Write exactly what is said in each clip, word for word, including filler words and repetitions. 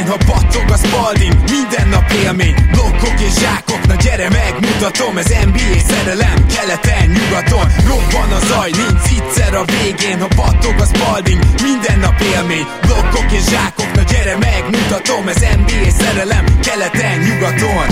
végén, ha battog a Spalding, minden nap élmény, blokkok és zsákok, na gyere megmutatom, ez en bé á szerelem, keleten, nyugaton, robban a zaj, nincs egyszer a végén, ha battog a Spalding, minden nap élmény, blokkok és zsákok, na gyere megmutatom, ez en bé á szerelem, keleten, nyugaton.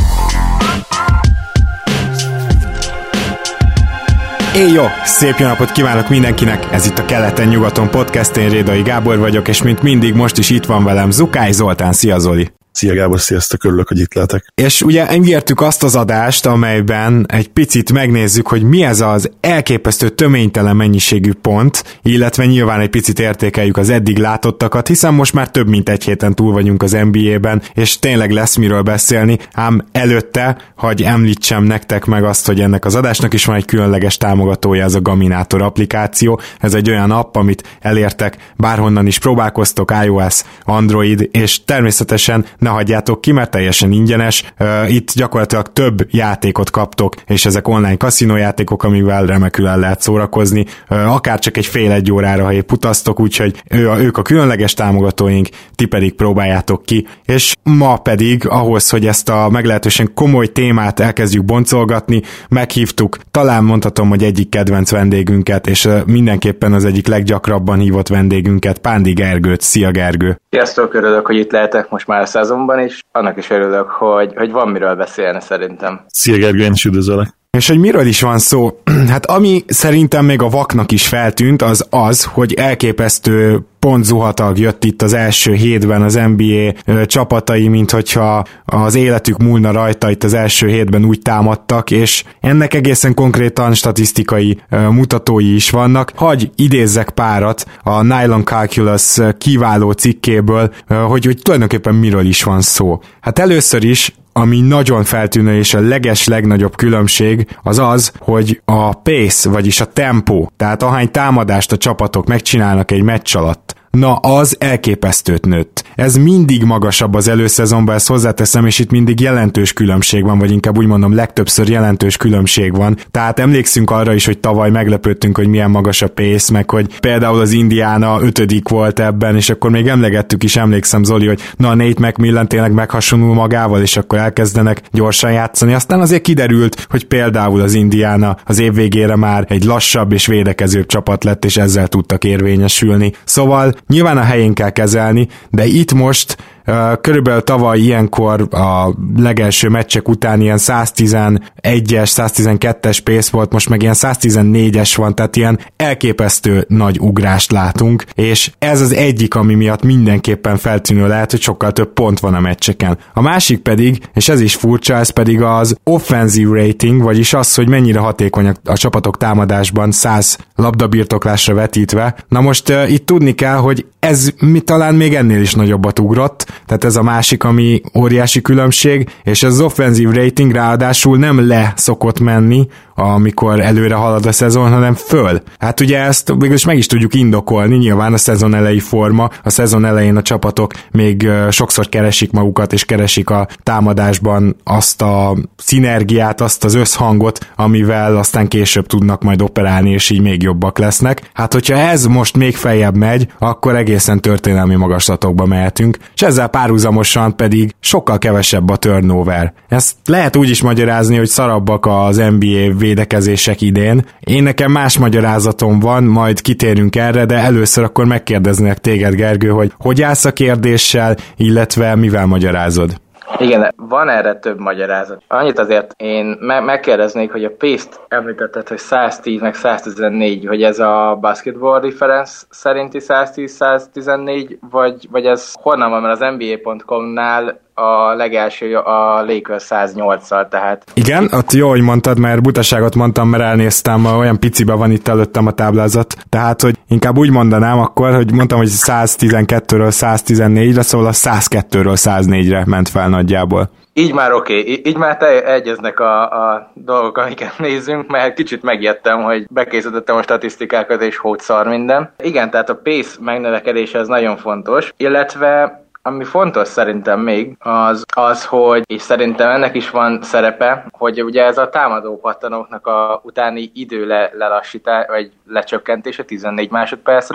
Éjjó! Szép jó napot kívánok mindenkinek! Ez itt a Keleten-nyugaton podcast, én Rédai Gábor vagyok, és mint mindig most is itt van velem Zukály Zoltán. Szia Zoli! Szia Gábor, sziasztok, örülök, hogy itt lehetek. És ugye ígértük azt az adást, amelyben egy picit megnézzük, hogy mi ez az elképesztő töménytelen mennyiségű pont, illetve nyilván egy picit értékeljük az eddig látottakat, hiszen most már több mint egy héten túl vagyunk az en bé á-ben, és tényleg lesz miről beszélni, ám előtte, hagy említsem nektek meg azt, hogy ennek az adásnak is van egy különleges támogatója, ez a Gaminator applikáció. Ez egy olyan app, amit elértek, bárhonnan is próbálkoztok, iOS, Android, és természetesen ne hagyjátok ki, mert teljesen ingyenes. Itt gyakorlatilag több játékot kaptok, és ezek online kaszinójátékok, amivel remekül el lehet szórakozni, akár csak egy fél-egy órára, ha épp utaztok, úgyhogy ők a különleges támogatóink, ti pedig próbáljátok ki. És ma pedig ahhoz, hogy ezt a meglehetősen komoly témát elkezdjük boncolgatni, meghívtuk, talán mondhatom, hogy egyik kedvenc vendégünket, és mindenképpen az egyik leggyakrabban hívott vendégünket, Pándi Gergőt. Szia Gergő! Sziasztok, örülök, hogy itt lehetek most már a szezonban is. Annak is örülök, hogy, hogy van miről beszélni szerintem. Szia Gergő, én is üdvözöllek. És hogy miről is van szó? Hát ami szerintem még a vaknak is feltűnt, az az, hogy elképesztő pontzuhatag jött itt az első hétben az en bé á csapatai, mint hogyha az életük múlna rajta, itt az első hétben úgy támadtak, és ennek egészen konkrétan statisztikai mutatói is vannak. Hagy idézzek párat a Nylon Calculus kiváló cikkéből, hogy, hogy tulajdonképpen miről is van szó. Hát először is ami nagyon feltűnő és a leges legnagyobb különbség az az, hogy a pace, vagyis a tempó, tehát ahány támadást a csapatok megcsinálnak egy meccs alatt, na az elképesztőt nőtt. Ez mindig magasabb az előszezonban, ezt hozzáteszem, és itt mindig jelentős különbség van, vagy inkább úgy mondom, legtöbbször jelentős különbség van. Tehát emlékszünk arra is, hogy tavaly meglepődtünk, hogy milyen magas a pace, meg hogy például az Indiana ötödik volt ebben, és akkor még emlegettük is, emlékszem Zoli, hogy na a Nate McMillan tényleg meghasonul magával, és akkor elkezdenek gyorsan játszani. Aztán azért kiderült, hogy például az Indiana az év végére már egy lassabb és védekezőbb csapat lett, és ezzel tudtak érvényesülni. Szóval nyilván a helyén kell kezelni, de itt most uh, körülbelül tavaly ilyenkor a legelső meccsek után ilyen száztizenegyes, száztizenkettes pace volt, most meg ilyen száztizennégyes van, tehát ilyen elképesztő nagy ugrást látunk, és ez az egyik, ami miatt mindenképpen feltűnő lehet, hogy sokkal több pont van a meccseken. A másik pedig, és ez is furcsa, ez pedig az offensive rating, vagyis az, hogy mennyire hatékonyak a csapatok támadásban száz labdabirtoklásra vetítve. Na most uh, itt tudni kell, hogy ez mi talán még ennél is nagyobbat ugrott, tehát ez a másik, ami óriási különbség, és ez az offensive rating ráadásul nem le szokott menni, amikor előre halad a szezon, hanem föl. Hát ugye ezt végülis meg is tudjuk indokolni, nyilván a szezon elejé forma, a szezon elején a csapatok még sokszor keresik magukat, és keresik a támadásban azt a szinergiát, azt az összhangot, amivel aztán később tudnak majd operálni, és így még jobbak lesznek. Hát hogyha ez most még feljebb megy, akkor egészen történelmi magaslatokba mehetünk, és ezzel párhuzamosan pedig sokkal kevesebb a turnover. Ezt lehet úgy is magyarázni, hogy szarabbak az en bé á védekezések idén. Én nekem más magyarázatom van, majd kitérünk erre, de először akkor megkérdeznek téged, Gergő, hogy hogy állsz a kérdéssel, illetve mivel magyarázod? Igen, van erre több magyarázat. Annyit azért én me- megkérdeznék, hogy a pace-t említetted, hogy száztíz meg száztizennégy, hogy ez a basketball reference szerinti száztíz száztizennégy, vagy, vagy ez honnan van, mert az en bé á pont com-nál a legelső a Lakers száznyolccal, tehát... Igen, ott jó, hogy mondtad, mert butaságot mondtam, mert elnéztem, olyan picibe van itt előttem a táblázat, tehát, hogy inkább úgy mondanám akkor, hogy mondtam, hogy száztizenkettőről száztizennégyre, szóval a százkettőről száznégyre ment fel nagyjából. Így már oké, okay. Így már te egyeznek a, a dolgok, amiket nézzünk, mert kicsit megijedtem, hogy bekészítettem a statisztikákat, és hótszar minden. Igen, tehát a pace megnövekedése az nagyon fontos, illetve ami fontos szerintem még, az, az, hogy, és szerintem ennek is van szerepe, hogy ugye ez a támadó pattanóknak a utáni idő le, lelassítás, vagy lecsökkentése tizennégy másodpercre,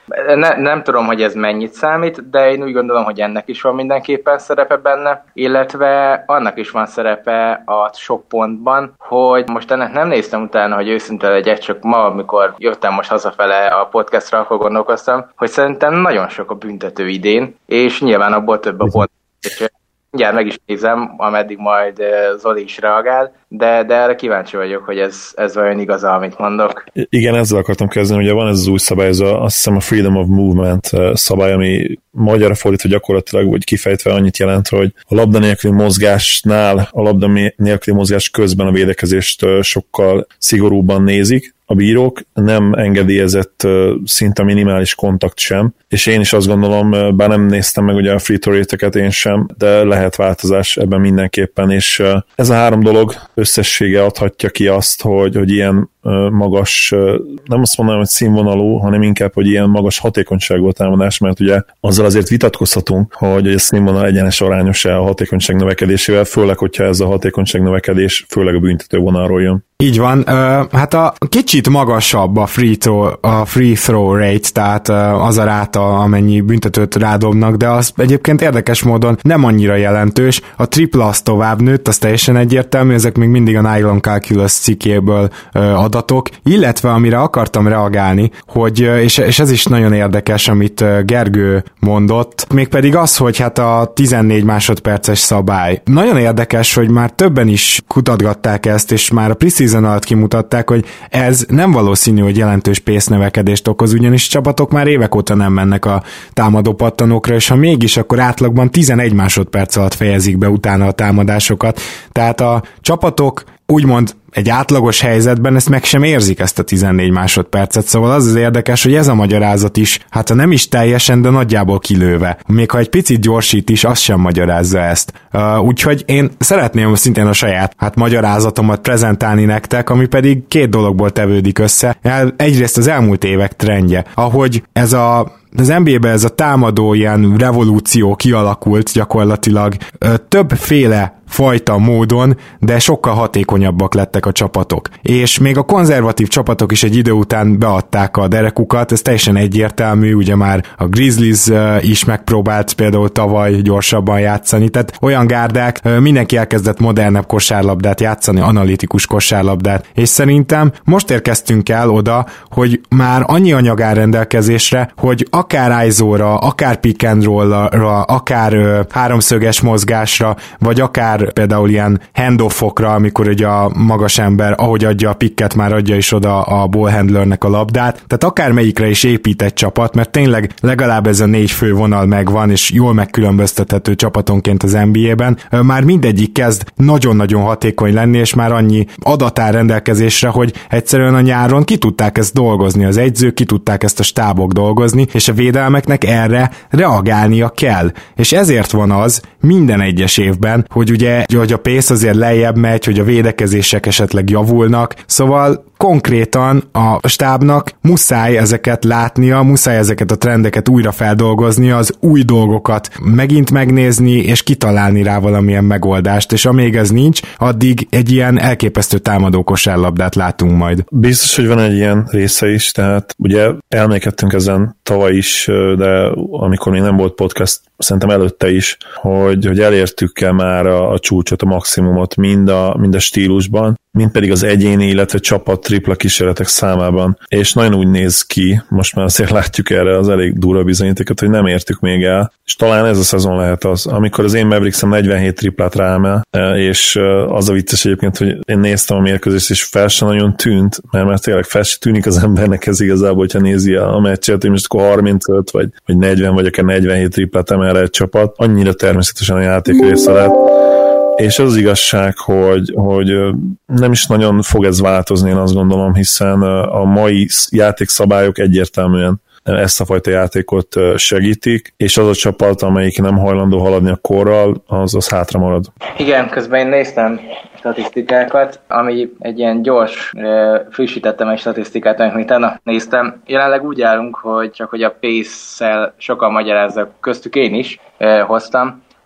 Ne, nem tudom, hogy ez mennyit számít, de én úgy gondolom, hogy ennek is van mindenképpen szerepe benne, illetve annak is van szerepe a sok pontban, hogy most ennek nem néztem utána, hogy őszinte legyek, csak ma, amikor jöttem most hazafele a podcastra, akkor gondolkoztam, hogy szerintem nagyon sok a büntető idén, és nyilván abból több a pont. Mindjárt meg is nézem, ameddig majd Zoli is reagál, de, de erre kíváncsi vagyok, hogy ez, ez olyan igaz, amit mondok. Igen, ezzel akartam kezdeni, ugye van ez az új szabály, ez a, azt hiszem a Freedom of Movement szabály, ami magyarra fordítva gyakorlatilag, vagy kifejtve annyit jelent, hogy a labda nélküli mozgásnál, a labda nélküli mozgás közben a védekezést sokkal szigorúbban nézik a bírók, nem engedélyezett szinte minimális kontakt sem, és én is azt gondolom, bár nem néztem meg ugye a free throw rate-eket én sem, de lehet változás ebben mindenképpen, és ez a három dolog összessége adhatja ki azt, hogy, hogy ilyen magas, nem azt mondanám, hogy színvonalú, hanem inkább, hogy ilyen magas hatékonyságú a támadás, mert ugye azzal azért vitatkozhatunk, hogy a színvonal egyenes arányos-e a hatékonyság növekedésével, főleg, hogyha ez a hatékonyság növekedés főleg a büntető vonalról jön. Így van, hát a kicsit magasabb a free throw, a free throw rate, tehát az a ráta, amennyi büntetőt rádobnak, de az egyébként érdekes módon nem annyira jelentős. A tripla az tovább nőtt, az teljesen egyértelmű, ezek még mindig a Nylon Calculus cikkéből adatok, illetve amire akartam reagálni, hogy, és, és ez is nagyon érdekes, amit Gergő mondott, mégpedig az, hogy hát a tizennégy másodperces szabály. Nagyon érdekes, hogy már többen is kutatgatták ezt, és már a preseason alatt kimutatták, hogy ez nem valószínű, hogy jelentős pace növekedést okoz, ugyanis csapatok már évek óta nem mennek a támadó pattanókra, és ha mégis, akkor átlagban tizenegy másodperc alatt fejezik be utána a támadásokat. Tehát a csapatok úgymond egy átlagos helyzetben ezt meg sem érzik, ezt a tizennégy másodpercet, szóval az az érdekes, hogy ez a magyarázat is, hát ha nem is teljesen, de nagyjából kilőve. Még ha egy picit gyorsít is, az sem magyarázza ezt. Uh, úgyhogy én szeretném szintén a saját hát magyarázatomat prezentálni nektek, ami pedig két dologból tevődik össze. Egyrészt az elmúlt évek trendje, ahogy ez a az en bé á-ben ez a támadó ilyen revolúció kialakult gyakorlatilag ö, többféle fajta módon, de sokkal hatékonyabbak lettek a csapatok. És még a konzervatív csapatok is egy idő után beadták a derekukat, ez teljesen egyértelmű, ugye már a Grizzlies is megpróbált például tavaly gyorsabban játszani, tehát olyan gárdák, mindenki elkezdett modernebb kosárlabdát játszani, analitikus kosárlabdát, és szerintem most érkeztünk el oda, hogy már annyi anyag áll rendelkezésre, hogy akár i es o-ra, akár pick and roll-ra, akár ö, háromszöges mozgásra, vagy akár például ilyen handoffokra, amikor ugye a magas ember, ahogy adja a picket, már adja is oda a ballhandlernek a labdát. Tehát akármelyikre is épít egy csapat, mert tényleg legalább ez a négy fő vonal megvan, és jól megkülönböztethető csapatonként az en bé á-ben. Már mindegyik kezd nagyon-nagyon hatékony lenni, és már annyi adat áll rendelkezésre, hogy egyszerűen a nyáron ki tudták ezt dolgozni, az edzők ki tudták ezt a stábok dolgozni, és a védelmeknek erre reagálnia kell. És ezért van az minden egyes évben, hogy ugye hogy a pace azért lejjebb megy, hogy a védekezések esetleg javulnak, szóval konkrétan a stábnak muszáj ezeket látnia, muszáj ezeket a trendeket újra feldolgoznia, az új dolgokat megint megnézni, és kitalálni rá valamilyen megoldást, és amíg ez nincs, addig egy ilyen elképesztő támadó kosárlabdát látunk majd. Biztos, hogy van egy ilyen része is, tehát ugye elmékedtünk ezen tavaly is, de amikor még nem volt podcast, szerintem előtte is, hogy, hogy elértük-e már a, a csúcsot, a maximumot mind a, mind a stílusban, mind pedig az egyéni, illetve csapat tripla kísérletek számában, és nagyon úgy néz ki, most már azért látjuk erre az elég durva bizonyítékot, hogy nem értük még el, és talán ez a szezon lehet az, amikor az én Mavericksem negyvenhét triplát ráemel, és az a vicces egyébként, hogy én néztem a mérkőzést, és fel sem nagyon tűnt, mert már tényleg fel sem tűnik az embernek ez igazából, hogyha nézi a meccset, hogy most akkor harmincöt, vagy, vagy negyven, vagy akár negyvenhét triplát emel egy csapat, annyira természetesen a játék része lett. És az, az igazság, hogy, hogy nem is nagyon fog ez változni, én azt gondolom, hiszen a mai játékszabályok egyértelműen ezt a fajta játékot segítik, és az a csapat, amelyik nem hajlandó haladni a korral, az, az hátra marad. Igen, közben én néztem statisztikákat, ami egy ilyen gyors, frissítettem egy statisztikát, amit utána néztem. Jelenleg úgy állunk, hogy csak hogy a pace-szel sokan magyarázzak, köztük én is hoztam,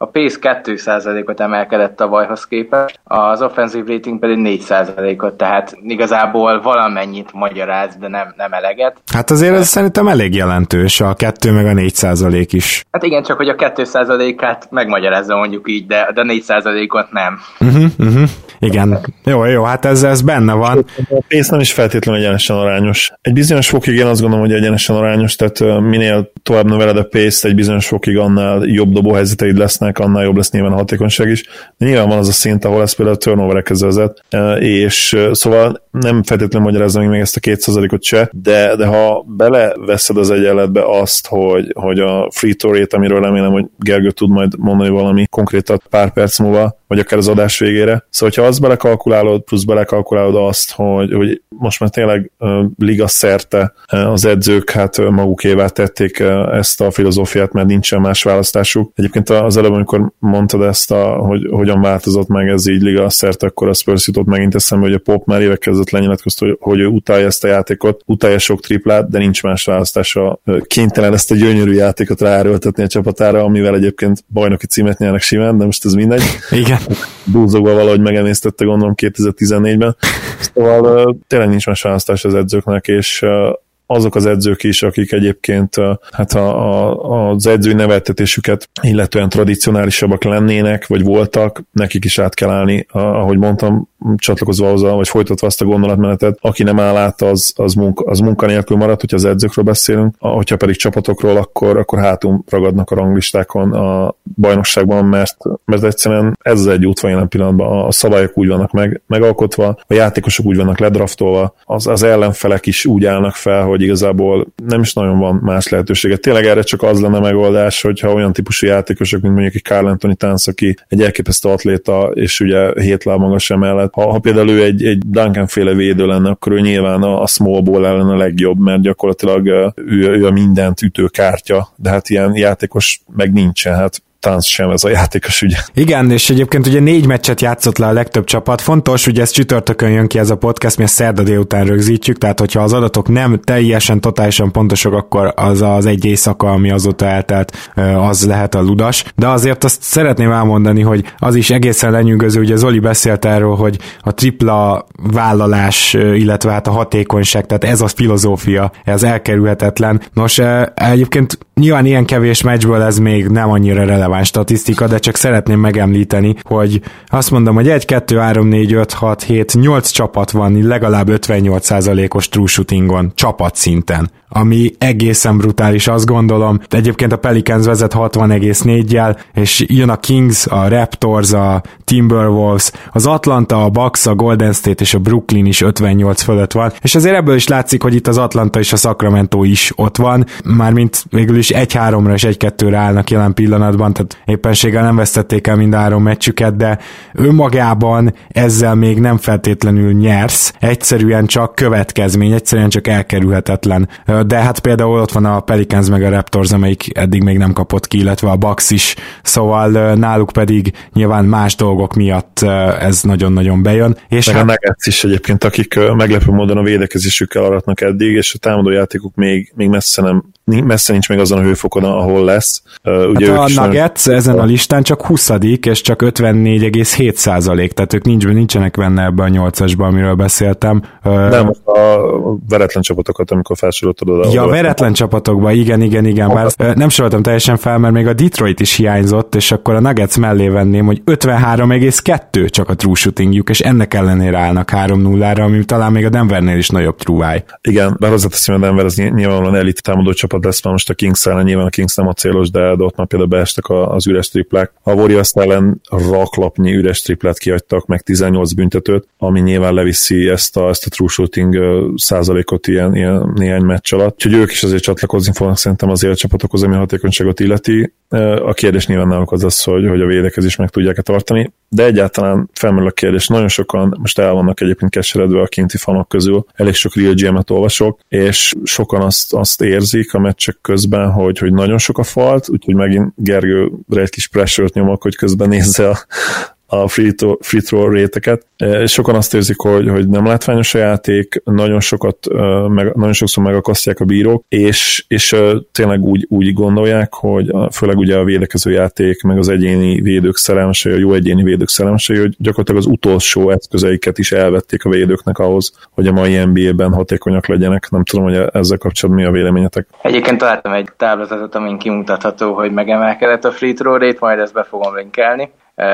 A pace két százalékot emelkedett tavalyhoz képest, az offensive rating pedig négy százalékot, tehát igazából valamennyit magyaráz, de nem, nem eleget. Hát azért ez szerintem elég jelentős, a kettő meg a négy százalék is. Hát igen, csak hogy a két százalékát megmagyarázza mondjuk így, de, de négy százalékot nem. Uh-huh, uh-huh. Igen, jó, jó, hát ez, ez benne van. A pace nem is feltétlenül egyenesen arányos. Egy bizonyos fokig én azt gondolom, hogy egyenesen arányos, tehát minél tovább növeled a pace-t, egy bizonyos fokig annál jobb dobóhelyzeteid lesznek, annál jobb lesz nyilván a hatékonyság is. De nyilván van az a szint, ahol ez például a turnoverekhez vezet, és szóval nem feltétlenül magyarázom még ezt a két százalékot se, de, de ha beleveszed az egyenletbe azt, hogy, hogy a free throw rate, amiről remélem, hogy Gergő tud majd mondani valami konkrétat pár perc múlva, vagy akár az adás végére. Szóval, ha azt belekalkulálod, plusz belekalkulálod azt, hogy, hogy most már tényleg uh, liga szerte uh, az edzők hát uh, magukévá tették uh, ezt a filozófiát, mert nincsen más választásuk. Egyébként az előbb, amikor mondtad ezt, a, hogy hogyan változott meg ez így liga szerte, akkor a Spurs jutott megint eszembe, hogy a Pop már évek kezdett lenyilatkozta, hogy, hogy ő utálja ezt a játékot, utálja sok triplát, de nincs más választása. Kénytelen ezt a gyönyörű játékot ráerőltetni a csapatára, amivel egyébként bajnoki címet nyernek simán, de most ez mindegy. Igen. Búzogva valahogy megemésztette, gondolom kétezer-tizennégyben. Szóval tényleg nincs más választás az edzőknek, és azok az edzők is, akik egyébként hát a, a, az edzői neveltetésüket illetően tradicionálisabbak lennének, vagy voltak, nekik is át kell állni, ahogy mondtam, csatlakozva hozzá, vagy folytatva azt a gondolatmenetet, aki nem áll át, az, az, munka, az munkanélkül marad, hogyha az edzőkről beszélünk, hogyha pedig csapatokról, akkor, akkor hátul ragadnak a ranglistákon a bajnokságban, mert, mert egyszerűen ez egy út van jelen pillanatban, a szabályok úgy vannak meg, megalkotva, a játékosok úgy vannak ledraftolva, az, az ellenfelek is úgy állnak fel, hogy igazából nem is nagyon van más lehetősége. Tényleg erre csak az lenne megoldás, hogyha olyan típusú játékosok, mint mondjuk egy Karl Anthony Towns, aki egy elképesztő atléta, és ugye hét láb magas emellett. Ha, ha például ő egy, egy Duncan-féle védő lenne, akkor ő nyilván a, a small ball ellen a legjobb, mert gyakorlatilag ő, ő a mindent ütő kártya, de hát ilyen játékos meg nincsen, hát Tánc sem ez a játékos, ugye. Igen, és egyébként ugye négy meccset játszott le a legtöbb csapat. Fontos, ugye ez csütörtökön jön ki ez a podcast, mi a szerda délután rögzítjük, tehát hogyha az adatok nem teljesen, totálisan pontosak, akkor az az egy éjszaka, ami azóta eltelt, az lehet a ludas. De azért azt szeretném elmondani, hogy az is egészen lenyűgöző, ugye Zoli beszélt erről, hogy a tripla vállalás, illetve hát a hatékonyság, tehát ez a filozófia, ez elkerülhetetlen. Nos, egyébként nyilván ilyen kevés meccsből ez még nem annyira releváns statisztika, de csak szeretném megemlíteni, hogy azt mondom, hogy egy, kettő, három, négy, öt, hat, hét, nyolc csapat van legalább ötvennyolc százalékos true shootingon, csapatszinten, ami egészen brutális, azt gondolom. Egyébként a Pelicans vezet hatvan egész négyjel, és jön a Kings, a Raptors, a Timberwolves, az Atlanta, a Bucks, a Golden State és a Brooklyn is ötvennyolc fölött van, és azért ebből is látszik, hogy itt az Atlanta és a Sacramento is ott van, mármint végül is egy-háromra és egy-kettőre állnak jelen pillanatban, tehát éppenséggel nem vesztették el mind a három meccsüket, de önmagában ezzel még nem feltétlenül nyersz, egyszerűen csak következmény, egyszerűen csak elkerülhetetlen. De hát például ott van a Pelicans meg a Raptors, amelyik eddig még nem kapott ki, illetve a Bucks is, szóval náluk pedig nyilván más dolgok miatt ez nagyon-nagyon bejön. És meg hát... a Nuggets is egyébként, akik meglepő módon a védekezésükkel aratnak eddig, és a támadójátékuk még, még messze nem messze nincs még azon a hőfokon, ahol lesz. Uh, ugye hát a Nuggets nem... ezen a listán csak huszadik, és csak ötvennégy egész hét százalék, tehát ők nincs, nincsenek benne ebben a nyolcasban, amiről beszéltem. Nem, a veretlen csapatokat, amikor felsoroltad oda. Ja, a veretlen csapatokban, igen, igen, igen, bár nem soroltam teljesen fel, mert még a Detroit is hiányzott, és akkor a Nuggets mellé venném, hogy ötvenhárom egész kettő csak a true shootingjuk, és ennek ellenére állnak három nullára, ami talán még a Denvernél is nagyobb true-váj. Igen, bár hozzáteszem, a Denver az nyilvánvalóan elit támadó csapat lesz, már most a Kings ellen, nyilván a Kings nem a célos, de, de ott már például beestek az üres triplák. A Warriors ellen raklapnyi üres triplát kiadtak, meg tizennyolc büntetőt, ami nyilván leviszi ezt a, ezt a true shooting százalékot ilyen, ilyen néhány meccs alatt. Úgyhogy ők is azért csatlakozni fognak szerintem az élcsapatokhoz, ami a hatékonyságot illeti. A kérdés nyilván náluk az az, hogy, hogy a védekezést meg tudják-e tartani, de egyáltalán felmerül a kérdés. Nagyon sokan most el vannak egyébként keseredve a kinti fanok közül, elég sok Real gé em-et olvasok, és sokan azt, azt érzik a meccsek közben, hogy, hogy nagyon sok a falt, úgyhogy megint Gergőre egy kis pressure-t nyomok, hogy közben nézze a, a free throw, free throw réteket. Sokan azt érzik, hogy, hogy nem látványos a játék, nagyon sokat, meg, nagyon sokszor megakasztják a bírók, és, és tényleg úgy, úgy gondolják, hogy főleg ugye a védekező játék, meg az egyéni védők szerelmesei, a jó egyéni védők szerelmesei, hogy gyakorlatilag az utolsó eszközeiket is elvették a védőknek ahhoz, hogy a mai en bé á-ben hatékonyak legyenek. Nem tudom, hogy ezzel kapcsolatban mi a véleményetek. Egyébként találtam egy táblázatot, amin kimutatható, hogy megemelkedett a free throw rate, majd ezt be fogom linkelni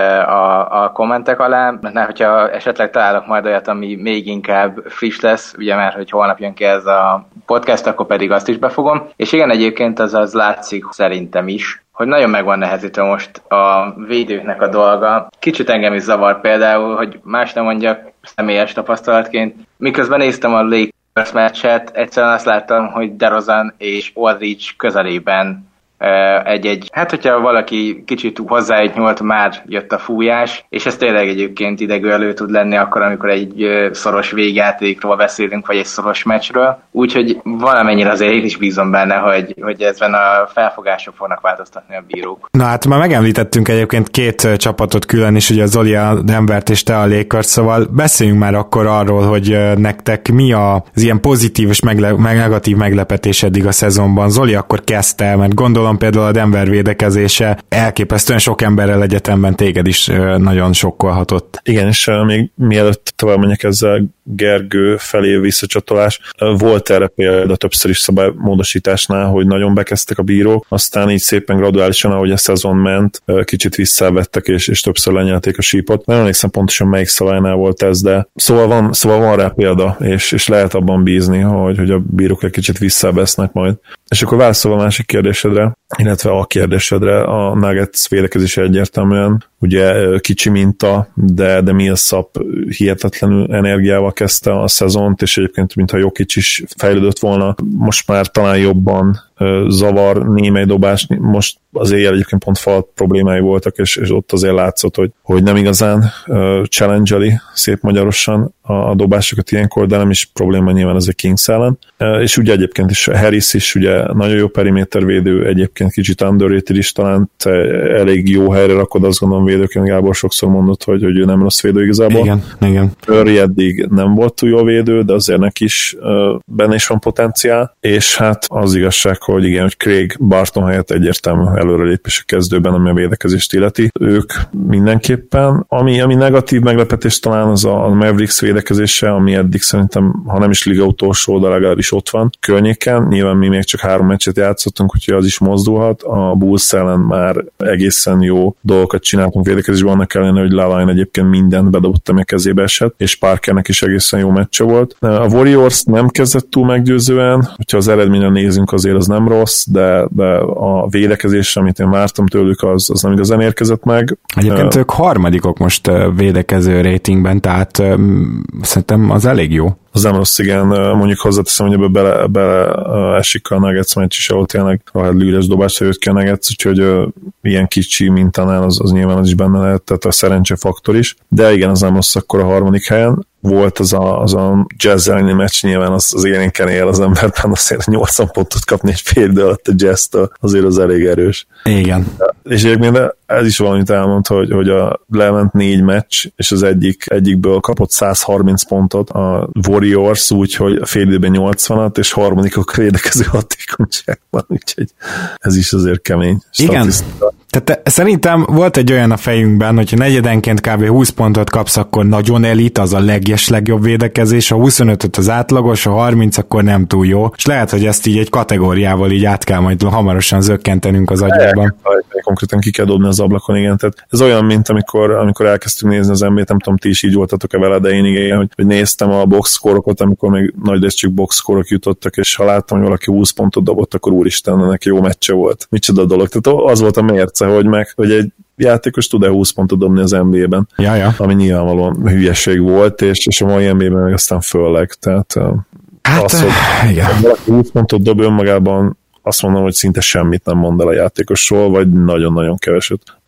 a, a kommentek alá, mert hogyha esetleg találok majd olyat, ami még inkább friss lesz, ugye már, hogy holnap jön ki ez a podcast, akkor pedig azt is befogom. És igen, egyébként az az látszik szerintem is, hogy nagyon meg van nehezítve most a védőknek a dolga. Kicsit engem is zavar például, hogy más nem mondjak személyes tapasztalatként. Miközben néztem a Lakers meccset, egyszerűen azt láttam, hogy DeRozan és Aldridge közelében egy-egy, hát hogyha valaki kicsit hozzájuk nyúlt, már jött a fújás, és ez tényleg egyébként idegölő tud lenni akkor, amikor egy szoros végjátékról beszélünk, vagy egy szoros meccsről. Úgyhogy valamennyire azért én is bízom benne, hogy, hogy ezen a felfogások fognak változtatni a bírók. Na hát már megemlítettünk egyébként két csapatot külön is, ugye Zoli a Denvert és te a Lakers, szóval beszéljünk már akkor arról, hogy nektek mi az ilyen pozitív és megle- negatív meglepetés eddig a szezonban. Zoli akkor kezdte, mert gondolom például a Denver védekezése elképesztően sok emberrel egyetemben téged is nagyon sokkolhatott. Igen, és uh, még mielőtt tovább menjek ezzel Gergő felé visszacsatolás, uh, volt erre például többször is szabálymódosításnál, hogy nagyon bekezdtek a bírók, aztán így szépen graduálisan, ahogy a szezon ment, uh, kicsit visszavettek, és, és többször lenyelték a sípot. Nem emlékszem pontosan melyik szabálynál volt ez, de szóval van, szóval van rá példa, és, és lehet abban bízni, hogy, hogy a bírók egy kicsit visszavesznek majd. És akkor válaszolva a másik kérdésedre, illetve a kérdésedre, a Nuggets védekezése egyértelműen, ugye kicsi minta, de, de Millsap hihetetlenül energiával kezdte a szezont, és egyébként mintha Jokic is fejlődött volna, most már talán jobban zavar némely dobás, most az éjjel egyébként pont fal problémái voltak, és, és ott azért látszott, hogy, hogy nem igazán uh, challenge-eli szép magyarosan a, a dobásokat ilyenkor, de nem is probléma nyilván az a Kings ellen. Uh, és ugye egyébként is Harris is ugye nagyon jó perimétervédő, egyébként kicsit underrated is, talán elég jó helyre rakod, azt gondolom védőként Gábor sokszor mondott, hogy, hogy ő nem rossz védő igazából. Igen, igen. Curry eddig nem volt túl jó védő, de azért neki is uh, benne is van potenciál, és hát az igazság, hogy igen, hogy Craig Barton helyett egyértelmű előrelépés a kezdőben, ami a védekezést illeti. Ők mindenképpen. Ami, ami negatív meglepetés talán az a Mavericks védekezése, ami eddig szerintem, ha nem is liga utolsó, de legalábbis ott van környéken. Nyilván mi még csak három meccset játszottunk, úgyhogy az is mozdulhat. A Bulls ellen már egészen jó dolgokat csináltunk védekezésben, annak ellenére, hogy Lavine egyébként mindent bedobott, ami a kezébe esett, és Parkernek is egészen jó meccse volt. A Warriors nem kezdett túl meggyőzően, hogyha az eredményen nézünk, azért az nem rossz, de, de a védekezés, amit én vártam tőlük, az, az nem igazán érkezett meg. Egyébként uh, ők harmadikok most védekező ratingben, tehát uh, szerintem az elég jó. Az nem rossz, igen. Mondjuk hozzáteszem, hogy ebbe bele, bele esik a Nuggets meccs is, ahol tényleg rahat lűres dobásra jött ki a Nuggets, úgyhogy uh, ilyen kicsi mintánál az, az nyilván az is benne lehet, tehát a szerencse faktor is. De igen, az nem rossz akkor a harmadik helyen. Volt az a, az a Jazz elleni meccs, nyilván az, az élénken él az emberben, azért nyolcvan pontot kapni egy fél idő alatt a Jazz-től, azért az elég erős. Igen. És egyébként ez is valamit elmond, hogy, hogy a lement négy meccs, és az egyik, egyikből kapott száz harminc pontot a Warriors, úgyhogy a fél időben nyolcvanat, és harmadikok védekező hatékonyságban, úgyhogy ez is azért kemény. Igen. Tehát szerintem volt egy olyan a fejünkben, hogyha negyedenként kb. húsz pontot kapsz, akkor nagyon elit, az a leges legjobb védekezés, a huszonötöt az átlagos, a harminc akkor nem túl jó, és lehet, hogy ezt így egy kategóriával így át kell majd hamarosan zökkentenünk az agyában. Konkrétan ki kell dobni az ablakon, igen. Tehát ez olyan, mint amikor, amikor elkezdtünk nézni az en bé át, nem tudom, ti is így voltatok-e vele, de én igen, hogy, hogy néztem a box score-okat, amikor még nagy rész csak box score-ok jutottak, és ha láttam, hogy valaki húsz pontot dobott, akkor úristen, neki jó meccse volt. Micsoda dolog. Tehát az volt a mérce, hogy meg, hogy egy játékos tud-e húsz pontot dobni az en bé á-ben, ja, ja. ami nyilvánvalóan hülyeség volt, és, és a mai en bé á-ben meg aztán főleg. Tehát hát, az, hogy igen. valaki húsz pontot dob önmagában, azt mondom, hogy szinte semmit nem mond el a játékosról, vagy nagyon-nagyon keveset.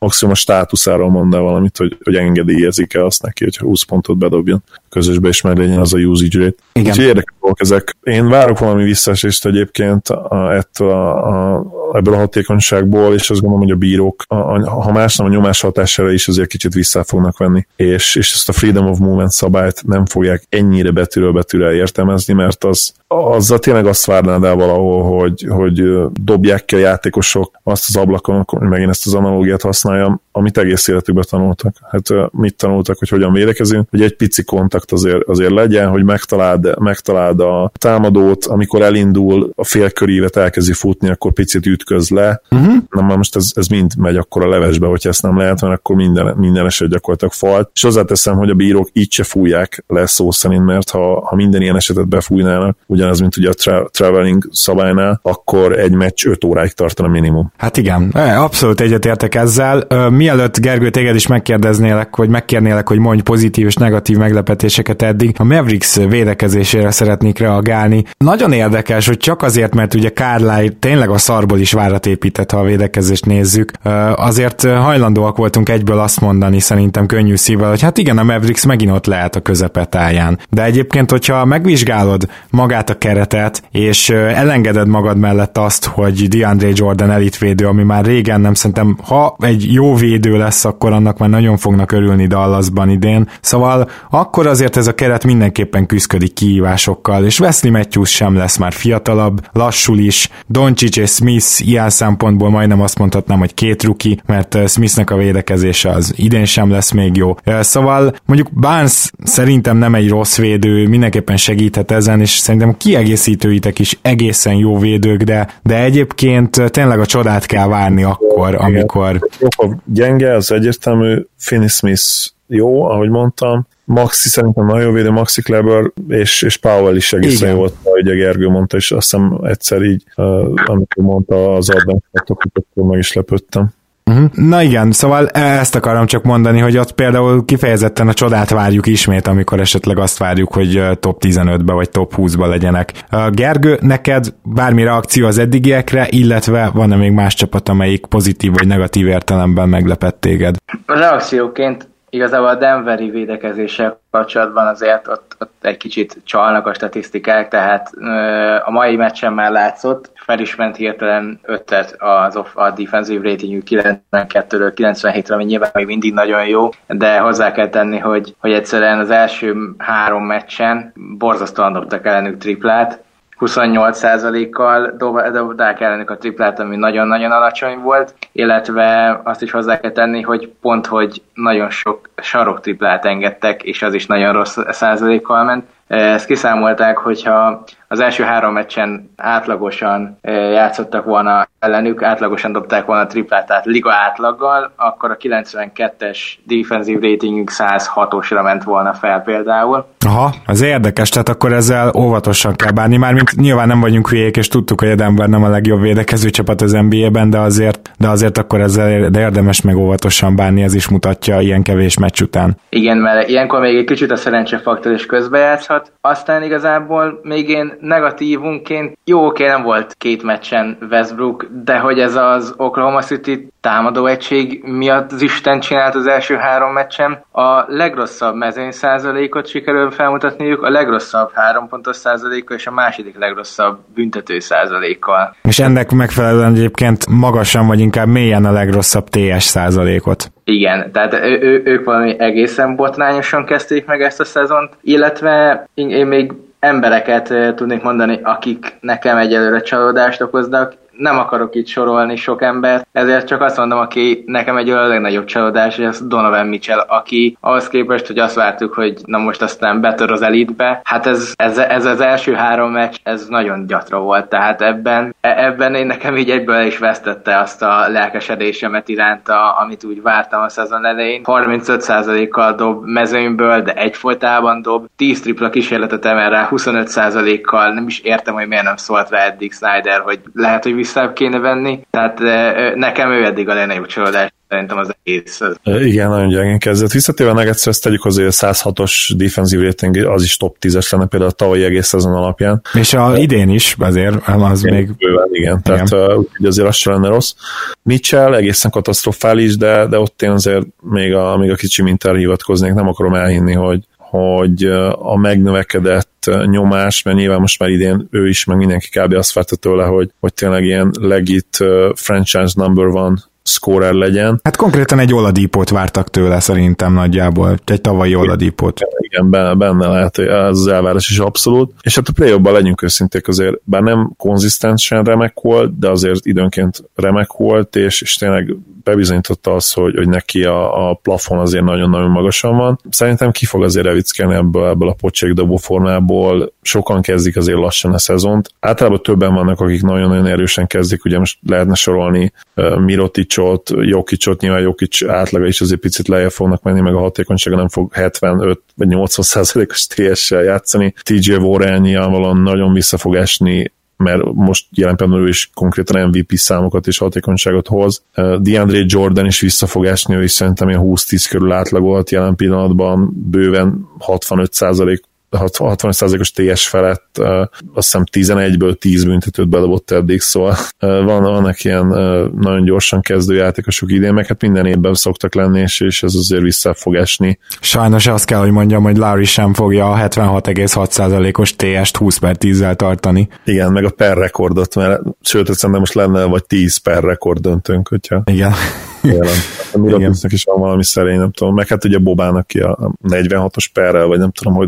maximum a státuszáról mondd el valamit, hogy, hogy engedélyezik-e azt neki, hogy húsz pontot bedobjon közösbe, és meg legyen az a usage rate. Úgyhogy érdekes dolgok ezek. Én várok valami visszaesést egyébként a, ettől a, a, ebből a hatékonyságból, és azt gondolom, hogy a bírók, a, a, ha más nem a nyomás hatására is azért kicsit vissza fognak venni, és, és ezt a freedom of movement szabályt nem fogják ennyire betűről betűre értelmezni, mert az, azzal tényleg azt várnád el valahol, hogy, hogy dobják ki a játékosok azt az ablakon, hogy megint ezt az analógiát használjam, amit egész életükben tanultak. Hát mit tanultak, hogy hogyan védekezünk, hogy egy pici kontakt azért, azért legyen, hogy megtaláld, megtaláld a támadót, amikor elindul, a félkörívet elkezdi futni, akkor picit ütköz le. Uh-huh. Na már most ez, ez mind megy akkor a levesbe, hogyha ezt nem lehet, mert akkor minden, minden eset gyakorlatilag falt. És hozzáteszem, hogy a bírók így se fújják le szó szerint, mert ha, ha minden ilyen esetet befújnának, ugyanaz, mint ugye a tra- traveling szabálynál, akkor egy meccs öt óráig tartana minimum. Hát igen, abszolút egyetértek ezzel. Mielőtt Gergő téged is megkérdeznélek, hogy megkérnélek, hogy mondj pozitív és negatív meglepetéseket eddig, a Mavericks védekezésére szeretnék reagálni. Nagyon érdekes, hogy csak azért, mert ugye Carlisle tényleg a szarból is várat épített, ha a védekezést nézzük, azért hajlandóak voltunk egyből azt mondani, szerintem könnyű szívvel, hogy hát igen, a Mavericks megint ott lehet a közepetáján. De egyébként, hogyha megvizsgálod magát a keretet, és elengeded magad mellett azt, hogy DeAndre Jordan elitvédő, ami már régen nem, szerintem, ha egy jó védő lesz, akkor annak már nagyon fognak örülni Dallasban idén. Szóval akkor azért ez a keret mindenképpen küszködik kihívásokkal, és Wesley Matthews sem lesz már fiatalabb, lassul is, Doncic és Smith ilyen szempontból majdnem azt mondhatnám, hogy két rookie, mert Smithnek a védekezése az idén sem lesz még jó. Szóval mondjuk Barnes szerintem nem egy rossz védő, mindenképpen segíthet ezen, és szerintem kiegészítőitek is egészen jó védők, de, de egyébként tényleg a csodát kell várni akkor, amikor... Jó, gyenge, az egyértelmű, Finney Smith jó, ahogy mondtam, Maxi szerintem nagyon jó védő, Maxi Kleber, és, és Powell is egészen jó volt, ahogy a Gergő mondta, és azt hiszem egyszer így, uh, amikor mondta az adventsátok, akkor meg is lepődtem. Uh-huh. Na igen, szóval ezt akarom csak mondani, hogy ott például kifejezetten a csodát várjuk ismét, amikor esetleg azt várjuk, hogy top tizenötbe vagy top húszba legyenek. Gergő, neked bármi reakció az eddigiekre, illetve van-e még más csapat, amelyik pozitív vagy negatív értelemben meglepett téged? A reakcióként igazából a Denveri védekezéssel kapcsolatban azért ott, ott egy kicsit csalnak a statisztikák, tehát a mai meccsen már látszott, fel is ment hirtelen ötöt az off, a defensive ratingű kilencvenkettőről kilencvenhétre, ami nyilván még mindig nagyon jó, de hozzá kell tenni, hogy, hogy egyszerűen az első három meccsen borzasztóan dobtak ellenük triplát, huszonnyolc százalékkal dobták ellenük a triplát, ami nagyon-nagyon alacsony volt, illetve azt is hozzá kell tenni, hogy pont, hogy nagyon sok sarok triplát engedtek, és az is nagyon rossz százalékkal ment. Ezt kiszámolták, hogyha az első három meccsen átlagosan játszottak volna ellenük, átlagosan dobták volna a triplát, tehát liga átlaggal, akkor a kilencvenkettes defensive ratingünk száz hatosra ment volna fel például. Aha, az érdekes, tehát akkor ezzel óvatosan kell bánni, mármint nyilván nem vagyunk hülyék, és tudtuk, hogy a Denver nem a legjobb védekező csapat az en bé á-ben, de azért, de azért akkor ezzel de érdemes meg óvatosan bánni, ez is mutatja ilyen kevés meccs után. Igen, mert ilyenkor még egy kicsit a szerencsefaktor is közbejátszhat, aztán igazából még én negatívunként, jó, oké, nem volt két meccsen Westbrook, de hogy ez az Oklahoma City támadó egység miatt az Isten csinált az első három meccsen, a legrosszabb mezőny százalékot sikerül felmutatniuk, a legrosszabb három pontos százalékkal és a második legrosszabb büntető százalékkal. És ennek megfelelően egyébként magasan vagy inkább mélyen a legrosszabb té es százalékot. Igen, tehát ő, ő, ők valami egészen botrányosan kezdték meg ezt a szezont, illetve én, én még embereket tudnék mondani, akik nekem egyelőre csalódást okoznak. Nem akarok itt sorolni sok embert, ezért csak azt mondom, aki nekem egy a legnagyobb csalódás, hogy az Donovan Mitchell, aki ahhoz képest, hogy azt vártuk, hogy na most aztán betör az elitbe, hát ez, ez, ez az első három meccs, ez nagyon gyatra volt, tehát ebben, ebben én nekem így egyből is vesztette azt a lelkesedésemet iránta, amit úgy vártam a szezon elején. harmincöt százalékkal dob mezőnyből, de egyfolytában dob, tíz tripla kísérletet emel rá, huszonöt százalékkal, nem is értem, hogy miért nem szólt rá eddig Snyder, hogy lehet, hogy vissza kéne venni, tehát nekem ő eddig a legnagyobb csalódás. Szerintem az egész. Az... Igen, nagyon gyengén kezdett. Visszatérve Nuggetsre, ezt tegyük azért a száz hatos defensive rating, az is top tízes lenne például a tavalyi egész szezon alapján. És a idén is azért, az igen, még... Bőven, igen, igen. Tehát uh, azért az sem lenne rossz. Mitchell egészen katasztrofális, de, de ott én azért még a, még a kicsi mintára hivatkoznék, nem akarom elhinni, hogy hogy a megnövekedett nyomás, mert nyilván most már idén ő is, meg mindenki kb. Azt várta tőle, hogy, hogy tényleg ilyen legit franchise number one scorer legyen. Hát konkrétan egy Oladipót vártak tőle szerintem nagyjából, egy tavalyi Oladipót. Igen, benne lehet, ez az elvárás is abszolút. És hát a play-offban legyünk őszinték, azért bár nem konzisztensen remek volt, de azért időnként remek volt, és, és tényleg bebizonyította azt, hogy, hogy neki a, a plafon azért nagyon-nagyon magasan van. Szerintem ki fog azért evickelni ebből, ebből a pocsékdobó formából. Sokan kezdik azért lassan a szezont. Általában többen vannak, akik nagyon-nagyon erősen kezdik, ugye most lehetne sorolni uh, Miroticsot, Jokicot, nyilván Jokic átlaga is azért picit lejjebb fognak menni, meg a hatékonysága nem fog hetvenöt vagy nyolcvan százalékos té es-sel játszani. té jé Warren nyilvánvalóan nagyon vissza fog esni, mert most jelen pillanatban ő is konkrétan em vé pé számokat és hatékonyságot hoz. DeAndre Jordan is vissza fog esni, ő is szerintem ilyen húsz-tíz körül átlagolt jelen pillanatban, bőven hatvanöt százalék hatvan százalékos té es felett, uh, azt hiszem tizenegyből tíz büntetőt bedobott eddig, szóval uh, van, vannak ilyen uh, nagyon gyorsan kezdő játékosok idén, meg hát minden évben szoktak lenni, és, és ez azért vissza fog esni. Sajnos azt kell, hogy mondjam, hogy Lowry sem fogja a hetvenhat egész hat százalékos té est húsz per tízzel tartani. Igen, meg a per rekordot, mert sőt, szerintem most lenne vagy tíz per rekord döntőnk, hogyha... Igen. A Miroticnak is van valami szerény, nem tudom, meg hát ugye Bobának ki a negyvenhatos perrel, vagy nem tudom, hogy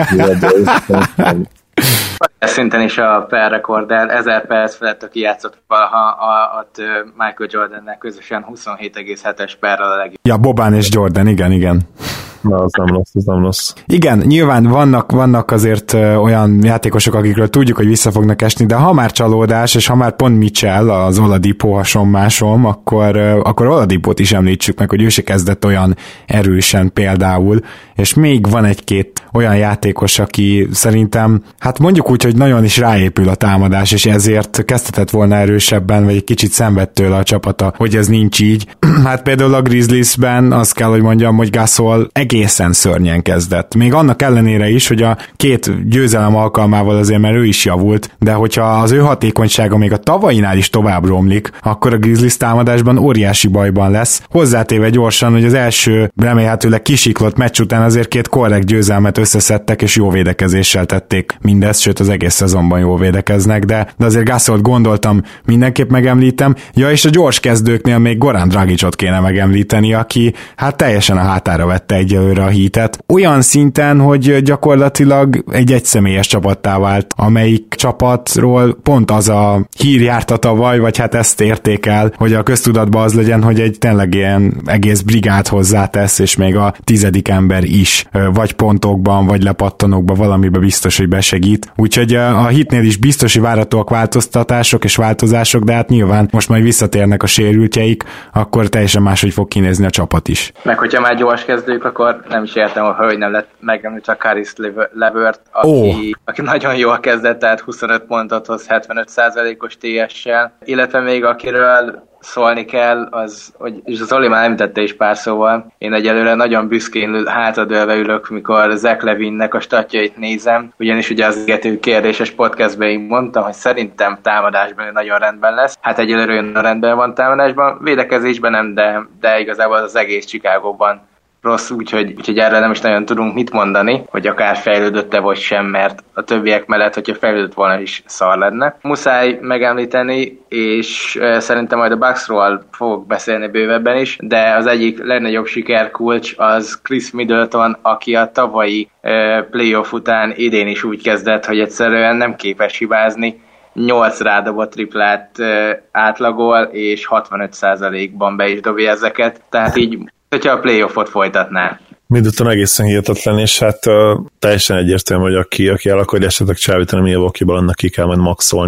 szinten is a per rekorddel, ezer perc felett, aki játszott valaha a, a, Michael Jordannel közösen huszonhét egész hetes perrel a legjobb. Ja, Bobán és Jordan, igen, igen. Na, az nem rossz, az nem rossz. Igen, nyilván vannak, vannak azért ö, olyan játékosok, akikről tudjuk, hogy vissza fognak esni, de ha már csalódás, és ha már pont Mitchell, az Oladipo hasonmásom, akkor, ö, akkor Oladipót is említsük meg, hogy ő se kezdett olyan erősen például, és még van egy-két olyan játékos, aki szerintem, hát mondjuk úgy, hogy nagyon is ráépül a támadás, és ezért kezdhetett volna erősebben, vagy egy kicsit szenved tőle a csapata, hogy ez nincs így. Hát például a Grizzliesben azt kell, hogy mondjam, hogy Gasol egészen szörnyen kezdett. Még annak ellenére is, hogy a két győzelem alkalmával azért, mert ő is javult, de hogyha az ő hatékonysága még a tavainál is tovább romlik, akkor a Grizzlies támadásban óriási bajban lesz. Hozzátéve gyorsan, hogy az első remélhetőleg kisiklott meccs után azért két korrekt győzelmet összeszedtek, és jó védekezéssel tették mindezt, sőt az egész szezonban jól védekeznek, de, de azért Gasolt gondoltam, mindenképp megemlítem. Ja, és a gyors kezdőknél még Goran Dragicot kéne megemlíteni, aki hát teljesen a hátára vette egyelőre a Heatet. Olyan szinten, hogy gyakorlatilag egy egyszemélyes csapattá vált, amelyik csapatról pont az a hír járta tavaly, vagy hát ezt érték el, hogy a köztudatban az legyen, hogy egy tényleg ilyen egész brigád hozzátesz, és még a tizedik ember is, vagy pontokban, vagy lepattanókban valamiben biztos, hogy besegít. Úgyhogy a Heatnél is biztos, hogy várhatóak változtatások és változások, de hát nyilván most majd visszatérnek a sérültjeik, akkor teljesen máshogy fog kinézni a csapat is. Meg hogyha már gyors kezdők, akkor nem is értem, hogy nem lett megemlítve a Caris Levert, aki, oh. aki nagyon jól kezdett, tehát huszonöt pontot hoz hetvenöt százalékos té es-sel, illetve még akiről szólni kell, az, hogy, és az Zoli már említette is pár szóval, én egyelőre nagyon büszkén hátradőlve ülök, mikor Zach Levinnek a statjait nézem, ugyanis ugye az égető kérdéses podcastben én mondtam, hogy szerintem támadásban ő nagyon rendben lesz. Hát egyelőre olyan rendben van támadásban, védekezésben nem, de, de igazából az egész Chicagóban rossz, úgyhogy, úgyhogy erre nem is nagyon tudunk mit mondani, hogy akár fejlődött-e vagy sem, mert a többiek mellett, hogyha fejlődött volna is szar lenne. Muszáj megemlíteni, és e, szerintem majd a Bucksról fogok beszélni bővebben is, de az egyik legnagyobb sikerkulcs az Chris Middleton, aki a tavalyi e, playoff után idén is úgy kezdett, hogy egyszerűen nem képes hibázni, nyolc rádobott triplát e, átlagol, és hatvanöt százalékban be is dobja ezeket, tehát így hogyha a playoffot folytatná. Middleton egészen hihetetlen, és hát uh, teljesen egyértelmű, hogy aki, aki el akarja esetleg csábítani Milwaukee-ból, annak ki kell majd maxolnia.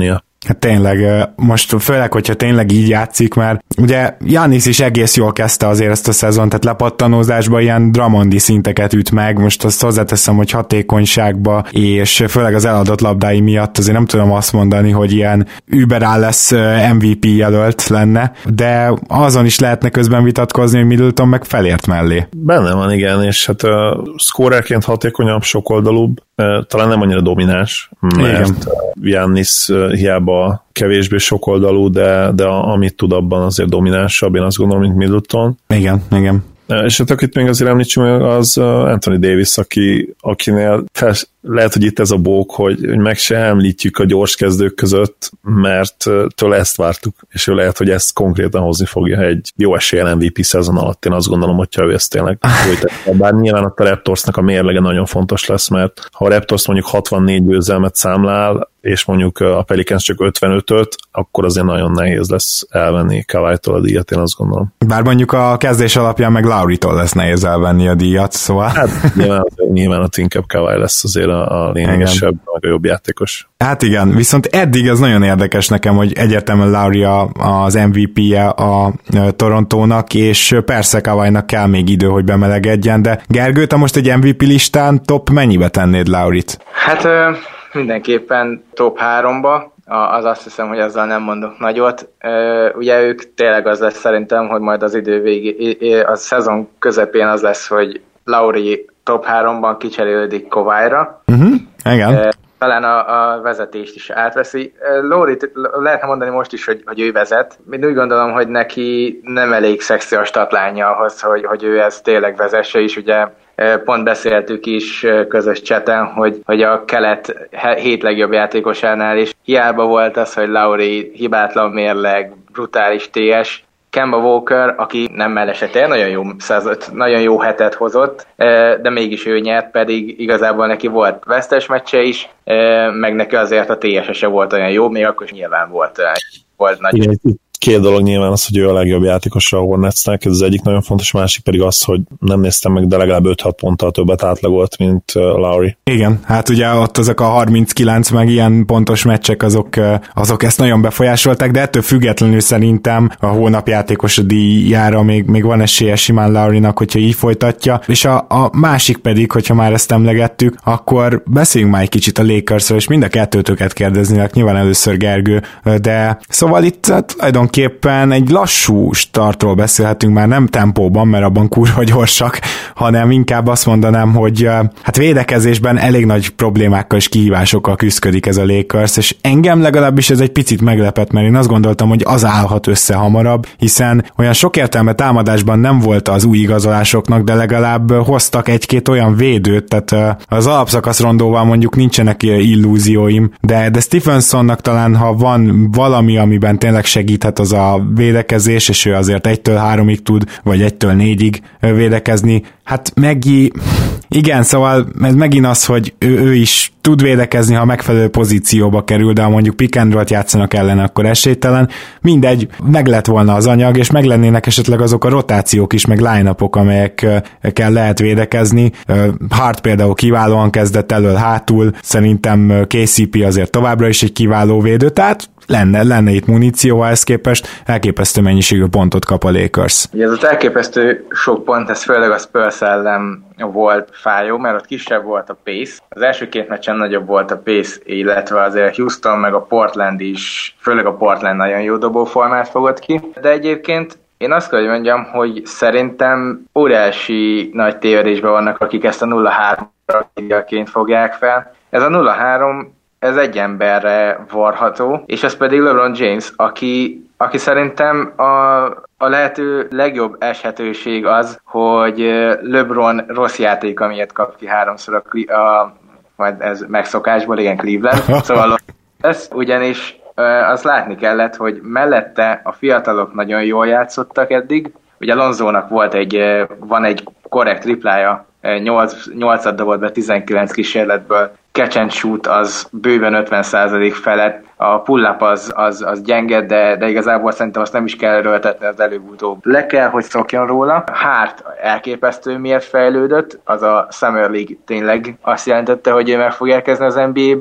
Hát tényleg, most főleg, hogyha tényleg így játszik, mert ugye Giannis is egész jól kezdte azért ezt a szezon, tehát lepattanózásba ilyen Drummondi szinteket üt meg, most azt hozzáteszem, hogy hatékonyságba, és főleg az eladott labdái miatt azért nem tudom azt mondani, hogy ilyen überáll lesz em vé pé jelölt lenne, de azon is lehetne közben vitatkozni, hogy Middleton meg felért mellé. Benne van, igen, és hát uh, szkórerként hatékonyabb, sokoldalúbb, uh, talán nem annyira domináns, mert Giannis uh, hiába kevésbé sokoldalú, de, de amit tud abban azért dominánsabb, én azt gondolom, mint Middleton. Igen, igen. És hát akit még azért említsünk, az Anthony Davis, aki, akinél fel, lehet, hogy itt ez a bók, hogy, hogy meg se említjük a gyors kezdők között, mert tőle ezt vártuk, és ő lehet, hogy ezt konkrétan hozni fogja egy jó esélyen em vé pé szezon alatt. Én azt gondolom, hogyha ő ezt tényleg folytatja. Bár nyilván a Raptorsnak a mérlege nagyon fontos lesz, mert ha a Raptors mondjuk hatvannégy győzelmet számlál, és mondjuk a Pelicans csak ötvenötöt, akkor azért nagyon nehéz lesz elvenni Kawhi-tól a díjat, én azt gondolom. Bár mondjuk a kezdés alapján meg Lowry-tól lesz nehéz elvenni a díjat, szóval... Hát nyilván, nyilván ott inkább Kawhi lesz azért a, a lényegesebb, meg a jobb játékos. Hát igen, viszont eddig ez nagyon érdekes nekem, hogy egyértelműen Lowry az em vé pé-je a Torontónak, és persze Kawhi-nak kell még idő, hogy bemelegedjen, de Gergő, te most egy em vé pé listán top mennyibe tennéd Lowryt? Hát mindenképpen top háromba, az azt hiszem, hogy azzal nem mondok nagyot. Ugye ők tényleg az lesz szerintem, hogy majd az idő végé, a szezon közepén az lesz, hogy Lowry top háromban kicserélődik Kawhi-ra. Uh-huh. Igen. Talán a, a vezetést is átveszi. Lowryt lehetne mondani most is, hogy, hogy ő vezet. Én úgy gondolom, hogy neki nem elég szexi a statlánya ahhoz, hogy, hogy ő ezt tényleg vezesse is. Ugye pont beszéltük is közös cseten, hogy, hogy a kelet hét legjobb játékosánál is hiába volt az, hogy Lowry hibátlan mérleg, brutális té es, Kemba Walker, aki nem mellesett, nagyon jó, százat, nagyon jó hetet hozott, de mégis ő nyert, pedig igazából neki volt vesztes meccse is, meg neki azért a té es-e volt olyan jó, még akkor is nyilván volt, volt nagy. Igen, két dolog nyilván az, hogy ő a legjobb játékosra a Hornetsnek, ez az egyik nagyon fontos, másik pedig az, hogy nem néztem meg, de legalább öt-hat ponttal többet átlagolt, mint Lowry. Igen, hát ugye ott azok a harminckilenc meg ilyen pontos meccsek, azok, azok ezt nagyon befolyásolták, de ettől függetlenül szerintem a hónap játékos díjára még, még van esélye simán Lowrynak, hogyha így folytatja, és a, a másik pedig, hogyha már ezt emlegettük, akkor beszéljünk már egy kicsit a Lakersről, és mind a kettőtöket kérdeznélek, nyilván először Gergő, de szóval itt tulajdonképpen Képpen egy lassú startról beszélhetünk már, nem tempóban, mert abban kurva gyorsak, hanem inkább azt mondanám, hogy hát védekezésben elég nagy problémákkal és kihívásokkal küszködik ez a Lakers, és engem legalábbis ez egy picit meglepett, mert én azt gondoltam, hogy az állhat össze hamarabb, hiszen olyan sok értelme támadásban nem volt az új igazolásoknak, de legalább hoztak egy-két olyan védőt, tehát az alapszakasz rondóval mondjuk nincsenek illúzióim, de, de Stephensonnak talán, ha van valami, amiben tényleg segíthet az a védekezés, és ő azért egytől háromig tud, vagy egytől négyig védekezni. Hát Megi, igen, szóval ez megint az, hogy ő, ő is tud védekezni, ha megfelelő pozícióba kerül, de ha mondjuk pick and roll-t játszanak ellen, akkor esélytelen. Mindegy, meg lett volna az anyag, és meg lennének esetleg azok a rotációk is, meg line-upok, amelyekkel lehet védekezni. Hart például kiválóan kezdett elől hátul, szerintem ká cé pé azért továbbra is egy kiváló védő, tehát lenne, lenne itt muníció, ehhez képest elképesztő mennyiségű pontot kap a Lakers. Ugye ez az elképesztő sok pont, ez főleg a Spurs ellen volt fájó, mert ott kisebb volt a pace. Az első két meccsen nagyobb volt a pace, illetve azért Houston meg a Portland is, főleg a Portland nagyon jó dobóformát fogott ki. De egyébként én azt kell, hogy mondjam, hogy szerintem óriási nagy tévedésben vannak, akik ezt a nulla három-ként fogják fel. Ez a nulla három ez egy emberre varható, és ez pedig LeBron James, aki, aki szerintem a, a lehető legjobb eshetőség az, hogy LeBron rossz játéka miatt kap ki háromszor a, a majd ez megszokásból, igen, Cleveland, szóval ez ugyanis azt látni kellett, hogy mellette a fiatalok nagyon jól játszottak eddig, ugye Lonzónak volt egy, van egy korrekt triplája, nyolcat dobott be tizenkilenc kísérletből, catch and shoot az bőven ötven százalék felett, a pull-up az, az, az gyenge, de, de igazából szerintem azt nem is kell erőltetni, az előbb-utóbb le kell, hogy szokjon róla. Hart elképesztő miért fejlődött, az a Summer League tényleg azt jelentette, hogy ő meg fog érkezni az en bé á-be.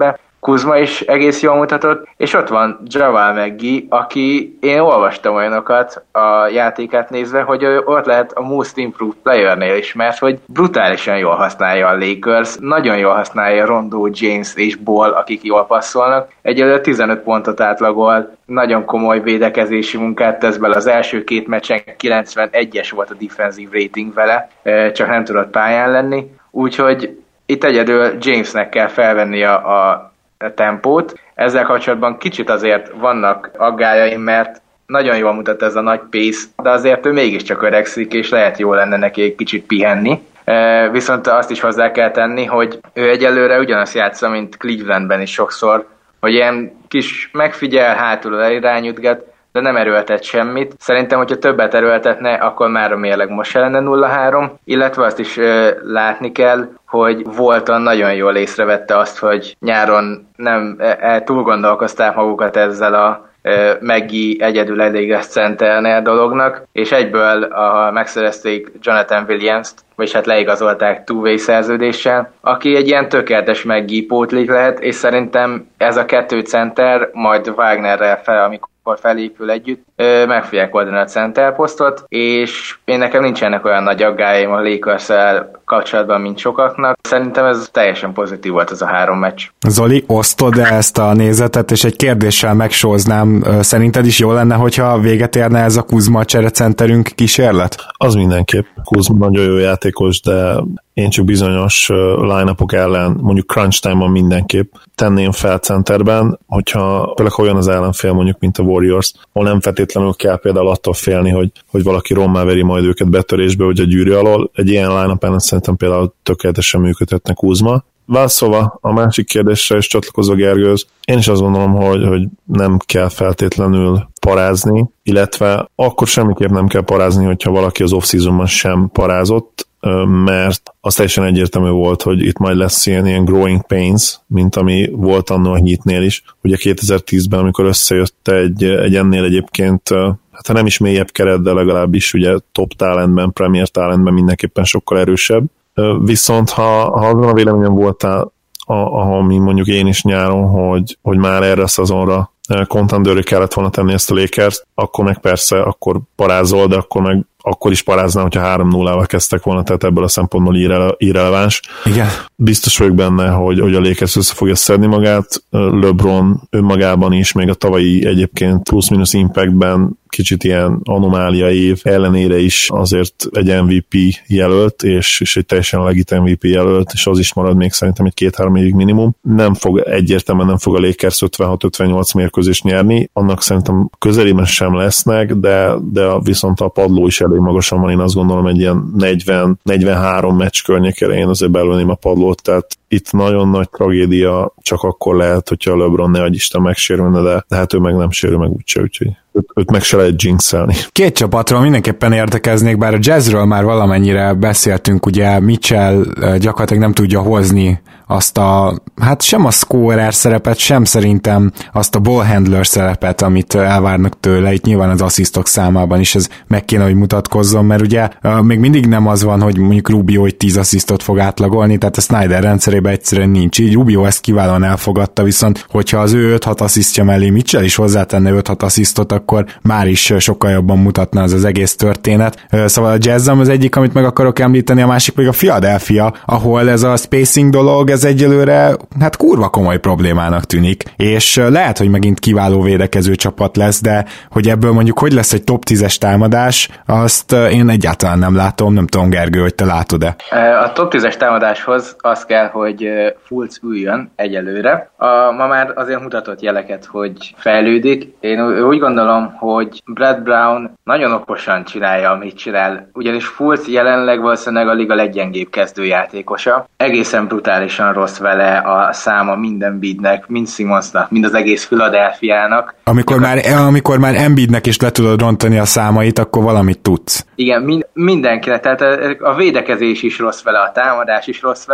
Kuzma is egész jól mutatott, és ott van Jamal McGee, aki én olvastam olyanokat a játékát nézve, hogy ő ott lehet a Most Improved Playernél is, mert hogy brutálisan jól használja a Lakers, nagyon jól használja Rondo, James és Ball, akik jól passzolnak. Egyelőre tizenöt pontot átlagol, nagyon komoly védekezési munkát tesz bele, az első két meccsen kilencvenegyes volt a defensive rating vele, csak nem tudott pályán lenni, úgyhogy itt egyedül Jamesnek kell felvenni a, a tempót. Ezzel kapcsolatban kicsit azért vannak aggájaim, mert nagyon jól mutat ez a nagy pace, de azért ő mégiscsak öregszik, és lehet jó lenne neki egy kicsit pihenni. Viszont azt is hozzá kell tenni, hogy ő egyelőre ugyanazt játsza, mint Clevelandben is sokszor, hogy ilyen kis megfigyel, hátul elirányítgat, de nem erőltet semmit. Szerintem, hogyha többet erőltetne, akkor már a mérleg most se lenne nulla három, illetve azt is ö, látni kell, hogy Walton nagyon jól észrevette azt, hogy nyáron nem e, túl gondolkozták magukat ezzel a e, Meggi egyedül eléges centernél dolognak, és egyből a, megszerezték Jonathan Williams-t, vagyis hát leigazolták two-way szerződéssel, aki egy ilyen tökéletes Meggi pótlik lehet, és szerintem ez a kettő center majd Wagnerrel fel, amikor felépül együtt, meg fogják oldani a center posztot, és én nekem nincsenek olyan nagy aggájaim a Lakers-el kapcsolatban, mint sokaknak. Szerintem ez teljesen pozitív volt ez a három meccs. Zoli, osztod ezt a nézetet, és egy kérdéssel megsóznám. Szerinted is jó lenne, hogyha véget érne ez a Kuzma cserecenterünk kísérlet? Az mindenképp. Kuzma nagyon jó játékos, de én csak bizonyos line-upok ellen, mondjuk crunch time-on mindenképp tenném fel centerben, hogyha például olyan az ellenfél, mondjuk, mint a Warriors, ahol nem feltétlenül kell például attól félni, hogy, hogy valaki rommá veri majd őket betörésbe, hogy a gyűrű alól. Egy ilyen line-up ellen szerintem például tökéletesen működhetne Kuzma. Válaszolva a másik kérdésre, és csatlakozó Gergőhöz, én is azt gondolom, hogy, hogy nem kell feltétlenül parázni, illetve akkor semmiképp nem kell parázni, hogyha valaki az off-seasonban sem parázott, mert az teljesen egyértelmű volt, hogy itt majd lesz ilyen, ilyen growing pains, mint ami volt annó a Heatnél is. Ugye kétezer-tízben, amikor összejött egy, egy ennél egyébként, hát ha nem is mélyebb keret, de legalábbis ugye top talentben, premier talentben mindenképpen sokkal erősebb. Viszont ha, ha azon a véleményem voltál, ahol mi mondjuk én is nyáron, hogy, hogy már erre a szezonra contendőrre kellett volna tenni ezt a Lakers, akkor meg persze, akkor parázol, de akkor meg akkor is paráznám, hogyha három nullával kezdtek volna, tehát ebből a szempontból irrele- irreleváns. Igen. Biztos vagyok benne, hogy, hogy a Lakers össze fogja szedni magát. LeBron önmagában is, még a tavalyi egyébként plusz-minusz impactben kicsit ilyen anomália év ellenére is azért egy em vé pé jelölt, és, és egy teljesen legit em vé pé jelölt, és az is marad még szerintem egy két-három évig minimum. Nem fog, egyértelműen nem fog a Lakers ötvenhat-ötvennyolc mérkőzést nyerni, annak szerintem közelében sem lesznek, de, de viszont a padló is elég magasan van, én azt gondolom egy ilyen negyven-negyvenhárom meccs környékére én azért belőném a padlót, tehát itt nagyon nagy tragédia csak akkor lehet, hogyha a LeBron ne adj Isten megsérülne, de, de hát ő meg nem sérül meg úgyse, úgyhogy őt, őt meg se lehet jinxelni. Két csapatról mindenképpen érdekeznék, bár a Jazzről már valamennyire beszéltünk, ugye Mitchell gyakorlatilag nem tudja hozni azt a, hát sem a scorer szerepet, sem szerintem azt a ballhandler szerepet, amit elvárnak tőle, itt nyilván az asszisztok számában is ez meg kéne, hogy mutatkozzon, mert ugye még mindig nem az van, hogy mondjuk Rubio egy tíz asszisztot fog átlagolni, tehát a Snyder rendszerében egyszerűen nincs így. Rubio ezt kiválóan elfogadta, viszont hogyha az ő öt-hat asszisztja mellé Mitchell is hozzátenne öt-hat asszisztot, akkor már is sokkal jobban mutatna az az egész történet. Szóval a Jazzem az egyik, amit meg akarok említeni, a másik még a Philadelphia, ahol ez a spacing dolog, ez egyelőre hát kurva komoly problémának tűnik, és lehet, hogy megint kiváló védekező csapat lesz, de hogy ebből mondjuk hogy lesz egy top tízes támadás, azt én egyáltalán nem látom, nem tudom, Gergő, hogy te látod-e. A top tízes támadáshoz az kell, hogy Fultz üljön egyelőre. A, ma már azért mutatott jeleket, hogy fejlődik. Én úgy gondolom, hogy Brad Brown nagyon okosan csinálja, amit csinál, ugyanis Fultz jelenleg valószínűleg a liga leggyengébb kezdőjátékosa. Egészen brutálisan rossz vele a száma minden Bidnek, mind Simmonsnak, mind az egész Philadelphiának. Amikor már, amikor már Embiidnek is le tudod rontani a számait, akkor valamit tudsz. Igen, mind, mindenkinek, tehát a, a védekezés is rossz vele, a támadás is rossz vele,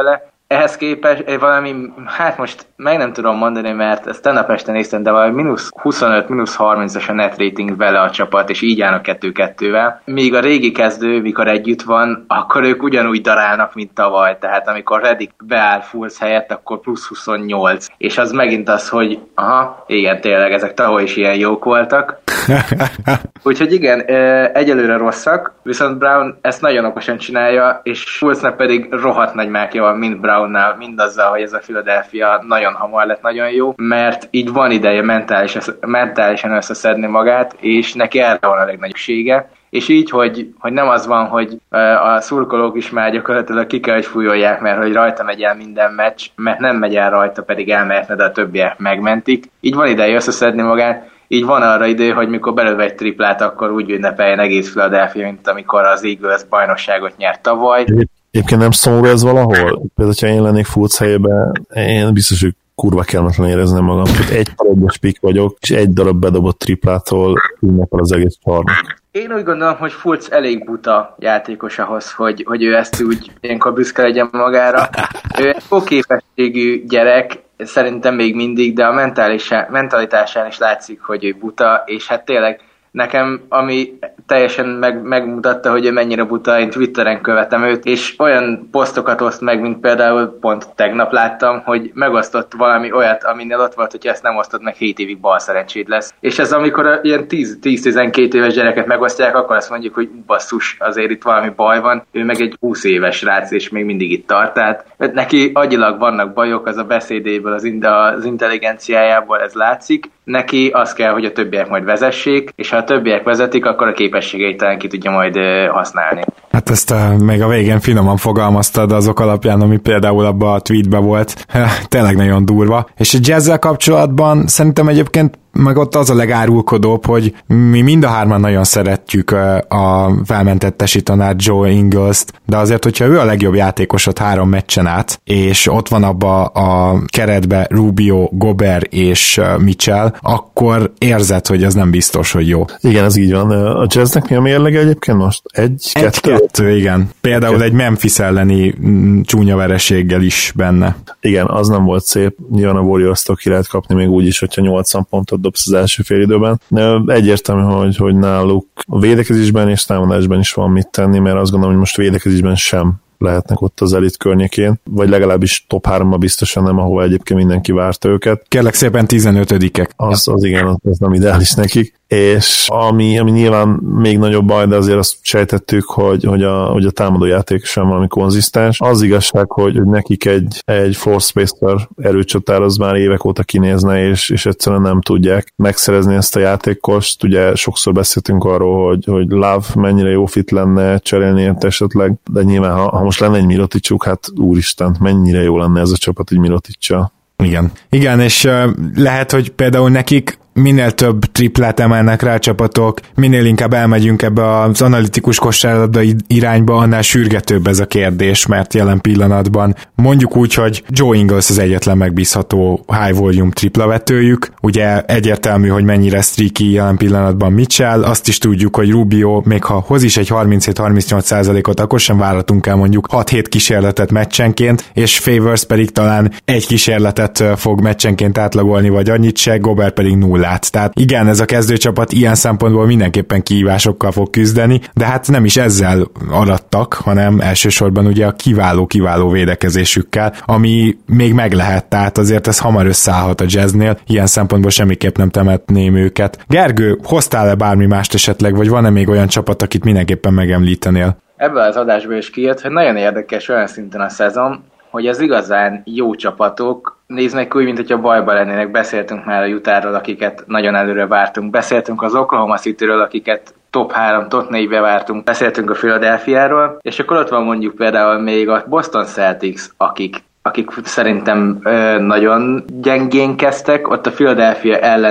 ehhez képest valami, hát most meg nem tudom mondani, mert ezt tegnap este néztem, de valami mínusz huszonöt, mínusz harmincas a net rating vele a csapat, és így állnak kettő-kettővel. Míg a régi kezdő, mikor együtt van, akkor ők ugyanúgy darálnak, mint tavaly. Tehát amikor Redick beáll Fultz helyett, akkor plusz huszonnyolc. És az megint az, hogy aha, igen, tényleg, ezek tavaly is ilyen jók voltak. Úgyhogy igen, egyelőre rosszak, viszont Brown ezt nagyon okosan csinálja, és Fultznek pedig rohadt nagy mákja van, mind Brownnál, mind azzal, hogy ez a Philadelphia nagyon hamar lett nagyon jó, mert így van ideje mentális, mentálisan összeszedni magát, és neki erre van a legnagyobbsége. És így, hogy, hogy nem az van, hogy a szurkolók is már gyakorlatilag ki kell, hogy fújolják, mert hogy rajta megy el minden meccs, mert nem megy el rajta, pedig elmehetne, de a többiek megmentik. Így van ideje összeszedni magát, így van arra idő, hogy mikor belőle egy triplát, akkor úgy ünnepeljen egész Philadelphia, mint amikor az Eagles bajnokságot nyert tavaly. Egyébként nem szomorú ez valahol? Például, ha én lennék Fultz helyében, én biztos, hogy kurva kellemetlen érezném magam. Tehát egy darabos pik vagyok, és egy darab bedobott triplától ünnepel az egész csarnok. Én úgy gondolom, hogy Fultz elég buta játékos ahhoz, hogy, hogy ő ezt úgy ilyenkor büszke legyen magára. Ő egy jó képességű gyerek, szerintem még mindig, de a mentalitásán is látszik, hogy ő buta, és hát tényleg nekem, ami teljesen meg, megmutatta, hogy ő mennyire buta, én Twitteren követem őt, és olyan posztokat oszt meg, mint például pont tegnap láttam, hogy megosztott valami olyat, aminél ott volt, hogy ezt nem osztod meg, hét évig bal szerencséd lesz. És ez amikor a, ilyen tíz-tizenkét éves gyereket megosztják, akkor azt mondjuk, hogy basszus, azért itt valami baj van, ő meg egy húsz éves rác, és még mindig itt tart. Tehát neki agyilag vannak bajok, az a beszédéből, az, az intelligenciájából ez látszik. Neki az kell, hogy a többiek majd vezessék, és ha a többiek vezetik, akkor a képességeit talán ki tudja majd használni. Hát ezt a, még a végén finoman fogalmaztad azok alapján, ami például abban a tweetben volt. Tényleg nagyon durva. És a Jazz-zel kapcsolatban szerintem egyébként meg ott az a legárulkodóbb, hogy mi mind a hárman nagyon szeretjük a felmentettesi tanár Joe Ingles-t, de azért, hogyha ő a legjobb játékosod három meccsen át, és ott van abba a keretbe Rubio, Gobert és Mitchell, akkor érzed, hogy ez nem biztos, hogy jó. Igen, ez így van. A Jazznek mi a mérlege egyébként most? Egy, egy kettő? kettő, igen. Például egy, egy Memphis elleni csúnya vereséggel is benne. Igen, az nem volt szép. Nyilván a Warriors-tól ki lehet kapni még úgy is, hogyha nyolcvan pontot dobsz az első fél időben. Egyértelmű, hogy, hogy náluk a védekezésben és támadásban is van mit tenni, mert azt gondolom, hogy most védekezésben sem lehetnek ott az elit környékén, vagy legalábbis top háromba biztosan nem, ahova egyébként mindenki várta őket. Kérlek szépen tizenötödikek. Az, az igen, az nem ideális nekik. És ami, ami nyilván még nagyobb baj, de azért azt sejtettük, hogy, hogy, a, hogy a támadójáték sem valami konzisztens. Az igazság, hogy, hogy nekik egy, egy floor spacer erőcsatár az már évek óta kinézne, és, és egyszerűen nem tudják megszerezni ezt a játékost. Ugye sokszor beszéltünk arról, hogy, hogy Love mennyire jó fit lenne cserélni ért esetleg, de nyilván ha, ha most lenne egy Miroticsuk, hát úristen, mennyire jó lenne ez a csapat egy Miroticsal. Igen. Igen, és uh, lehet, hogy például nekik minél több triplát emelnek rá a csapatok, minél inkább elmegyünk ebbe az analitikus kosárlabda irányba, annál sürgetőbb ez a kérdés, mert jelen pillanatban mondjuk úgy, hogy Joe Ingles az egyetlen megbízható high volume triplavetőjük, ugye egyértelmű, hogy mennyire streaky jelen pillanatban Mitchell, azt is tudjuk, hogy Rubio, még ha hoz is egy harminchét-harmincnyolc százalékot, akkor sem váratunk el mondjuk hat-hét kísérletet meccsenként, és Favors pedig talán egy kísérletet fog meccsenként átlagolni, vagy annyit se, Gobert pedig nulla. Tehát igen, ez a kezdőcsapat ilyen szempontból mindenképpen kihívásokkal fog küzdeni, de hát nem is ezzel arattak, hanem elsősorban ugye a kiváló-kiváló védekezésükkel, ami még meg lehet, tehát azért ez hamar összeállhat a Jazznél, ilyen szempontból semmiképp nem temetném őket. Gergő, hoztál-e bármi mást esetleg, vagy van-e még olyan csapat, akit mindenképpen megemlítenél? Ebből az adásból is kijött, hogy nagyon érdekes olyan szinten a szezon, hogy az igazán jó csapatok néznek úgy, mint hogyha bajba lennének. Beszéltünk már a Utahról, akiket nagyon előre vártunk. Beszéltünk az Oklahoma Cityről, akiket top három, top négybe vártunk. Beszéltünk a Philadelphiáról, és akkor ott van mondjuk például még a Boston Celtics, akik akik szerintem ö, nagyon gyengén kezdtek, ott a Philadelphia ellen is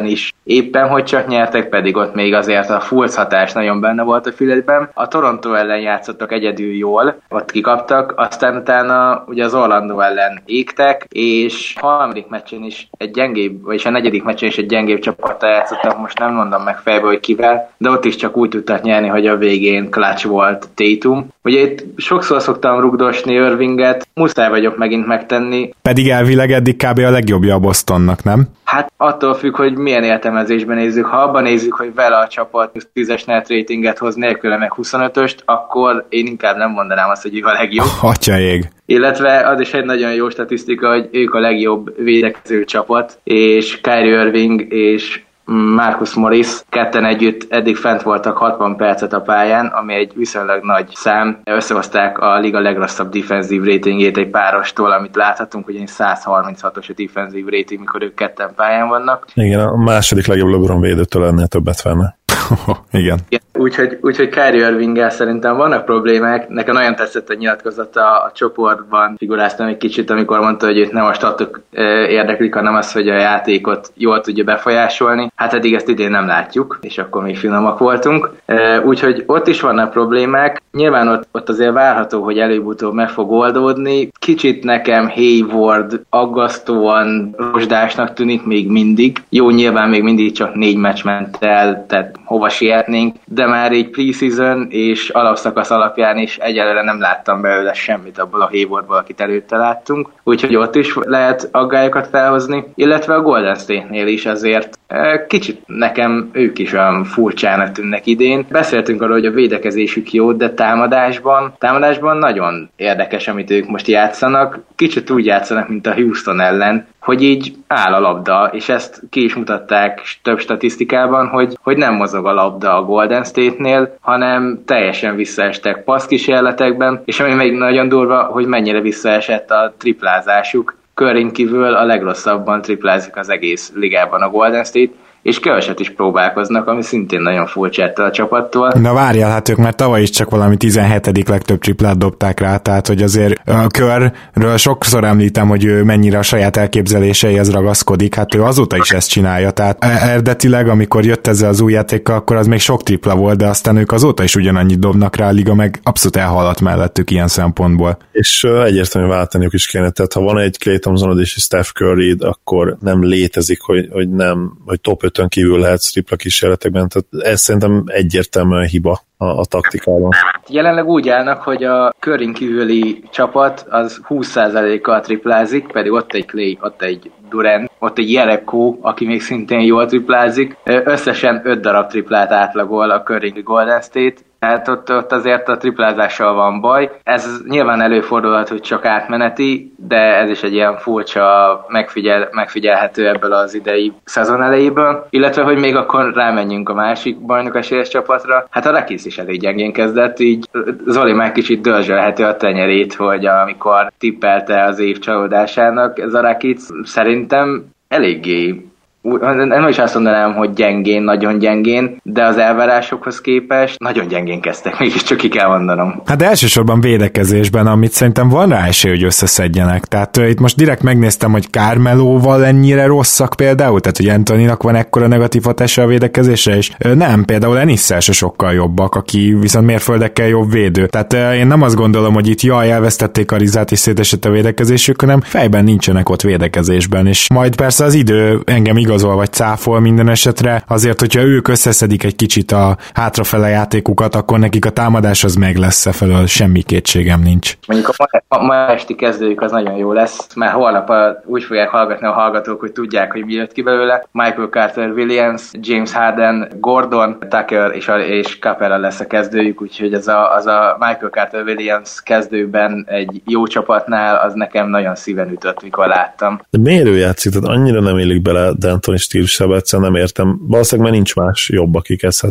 éppen hogy csak nyertek, pedig ott még azért a Fultz hatás nagyon benne volt a fületben. A Toronto ellen játszottak egyedül jól, ott kikaptak, aztán utána ugye az Orlando ellen égtek, és a harmadik meccsen is egy gyengébb, vagyis a negyedik meccsen is egy gyengébb csapattal játszottak, most nem mondom meg fejbe, hogy kivel, de ott is csak úgy tudtak nyerni, hogy a végén clutch volt Tatum. Ugye itt sokszor szoktam rugdosni Irvinget, muszáj vagyok megint megtenni. Pedig elvileg eddig kb. A legjobbja a Bostonnak, nem? Hát attól függ, hogy milyen értelmezésben nézzük. Ha abban nézzük, hogy vele a csapat tízes net ratinget hoz, nélküle meg huszonötöst, akkor én inkább nem mondanám azt, hogy ő a legjobb. Atyaég. Illetve az is egy nagyon jó statisztika, hogy ők a legjobb védekező csapat, és Kyrie Irving és Marcus Morris ketten együtt eddig fent voltak hatvan percet a pályán, ami egy viszonylag nagy szám. Összehozták a liga legrosszabb defensív ratingjét egy párostól, amit láthatunk, hogy egy száz harminchatos a defensív rating, mikor ők ketten pályán vannak. Igen, a második legjobb LeBron védőtől ennél többet fenne. Igen. Úgyhogy, úgyhogy Kyrie Irvinggel szerintem vannak problémák. Nekem nagyon tetszett a nyilatkozata a csoportban. Figuráztam egy kicsit, amikor mondta, hogy őt nem a statok érdeklik, hanem az, hogy a játékot jól tudja befolyásolni. Hát eddig ezt idén nem látjuk, és akkor még finomak voltunk. Úgyhogy ott is vannak problémák. Nyilván ott, ott azért várható, hogy előbb-utóbb meg fog oldódni. Kicsit nekem Hayward aggasztóan rozsdásnak tűnik még mindig. Jó, nyilván még mindig csak négy meccs ment el, tehát hova sietnénk, de már egy preseason és alapszakasz alapján is egyelőre nem láttam belőle semmit abból a Haywardból, akit előtte láttunk, úgyhogy ott is lehet aggályokat felhozni, illetve a Golden State-nél is azért kicsit nekem ők is olyan furcsának tűnnek idén. Beszéltünk arról, hogy a védekezésük jó, de támadásban, támadásban nagyon érdekes, amit ők most játszanak. Kicsit úgy játszanak, mint a Houston ellen, hogy így áll a labda, és ezt ki is mutatták több statisztikában, hogy, hogy nem mozog a labda a Golden State-nél, hanem teljesen visszaestek passzkísérletekben, és ami még nagyon durva, hogy mennyire visszaesett a triplázásuk. Curryn kívül a legrosszabban triplázik az egész ligában a Golden State, és keveset is próbálkoznak, ami szintén nagyon furcsa ettől a csapattól. Na várjál, hát ők már tavaly is csak valami tizenhetedik legtöbb triplát dobták rá, tehát hogy azért a Körről sokszor említem, hogy ő mennyire a saját elképzeléseihez ragaszkodik, hát ő azóta is ezt csinálja, tehát eredetileg, amikor jött ezzel az új játékkal, akkor az még sok tripla volt, de aztán ők azóta is ugyanannyit dobnak rá, a liga meg abszolút elhaladt mellettük ilyen szempontból. És egyértelműen váltaniuk is kéne, tehát ha van egy Klay Thompsonod és egy Steph Curry, akkor nem létezik, hogy, hogy nem, hogy top ötön kívül lehetsz tripla kísérletekben, tehát ez szerintem egyértelműen hiba a, a taktikában. Jelenleg úgy állnak, hogy a Curryn kívüli csapat az húsz százalékkal triplázik, pedig ott egy Klay, ott egy Durant, ott egy Jerebko, aki még szintén jól triplázik. Összesen öt darab triplát átlagol a Curryn Golden State, tehát ott, ott azért a triplázással van baj. Ez nyilván előfordulhat, hogy csak átmeneti, de ez is egy ilyen furcsa megfigyel, megfigyelhető ebből az idei szezon elejéből. Illetve, hogy még akkor rámenjünk a másik bajnokesélyes csapatra. Hát a Rockets is elég gyengén kezdett, így Zoli már kicsit dörzsölheti a tenyerét, hogy amikor tippelte az év csalódásának ez a Rockets, szerintem eléggé, nem is azt mondanám, hogy gyengén, nagyon gyengén, de az elvárásokhoz képest nagyon gyengén kezdtek, mégiscsak ki kell mondanom. Hát elsősorban védekezésben, amit szerintem van rá esély, hogy összeszedjenek. Tehát uh, itt most direkt megnéztem, hogy Carmelóval ennyire rosszak például, tehát hogy Anthonynak van ekkora negatív hatása a védekezésre, és uh, nem, például Enisszel se sokkal jobbak, aki viszont mérföldekkel jobb védő. Tehát uh, én nem azt gondolom, hogy itt jaj, elvesztették a rizát és szétesett a védekezésük, hanem fejben nincsenek ott védekezésben, és majd persze az idő engem igazol vagy cáfol minden esetre, azért, hogyha ők összeszedik egy kicsit a hátrafele játékukat, akkor nekik a támadás az meg lesz e felől, semmi kétségem nincs. Mondjuk a ma, a ma esti kezdőjük az nagyon jó lesz, mert holnap a, úgy fogják hallgatni a hallgatók, hogy tudják, hogy mi jött ki belőle. Michael Carter Williams, James Harden, Gordon, Tucker és, a, és Capella lesz a kezdőjük, úgyhogy az a, az a Michael Carter Williams kezdőben egy jó csapatnál, az nekem nagyon szíven ütött, mikor láttam. De miért ő játszik? Tehát annyira nem élik bele D'Antoni stílusába, egyszerűen nem értem. Valószínűleg már nincs más jobb, aki kezdhetne.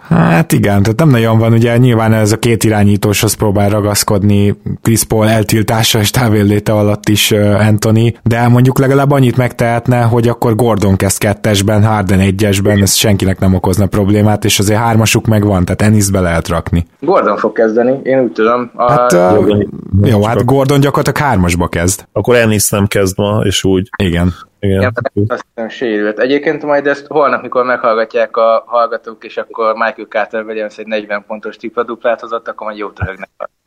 Hát igen, tehát nem nagyon van, ugye nyilván ez a két irányítóshoz próbál ragaszkodni, Chris Paul eltiltása és távolléte alatt is uh, Anthony, de mondjuk legalább annyit megtehetne, hogy akkor Gordon kezd kettesben, Harden egyesben, ez senkinek nem okozna problémát, és azért hármasuk meg van, tehát Ennisbe lehet rakni. Gordon fog kezdeni, én úgy tudom. A... Hát, uh, jó, hát Gordon gyakorlatilag hármasba kezd. Akkor Ennis nem kezd ma, és úgy. Igen. Igen. Igen, azt hiszem sérült. Egyébként majd ezt holnap, mikor meghallgatják a hallgatók, és akkor Michael Carter Williams egy negyven pontos tripla-duplát hozott, akkor majd jót röhögnek.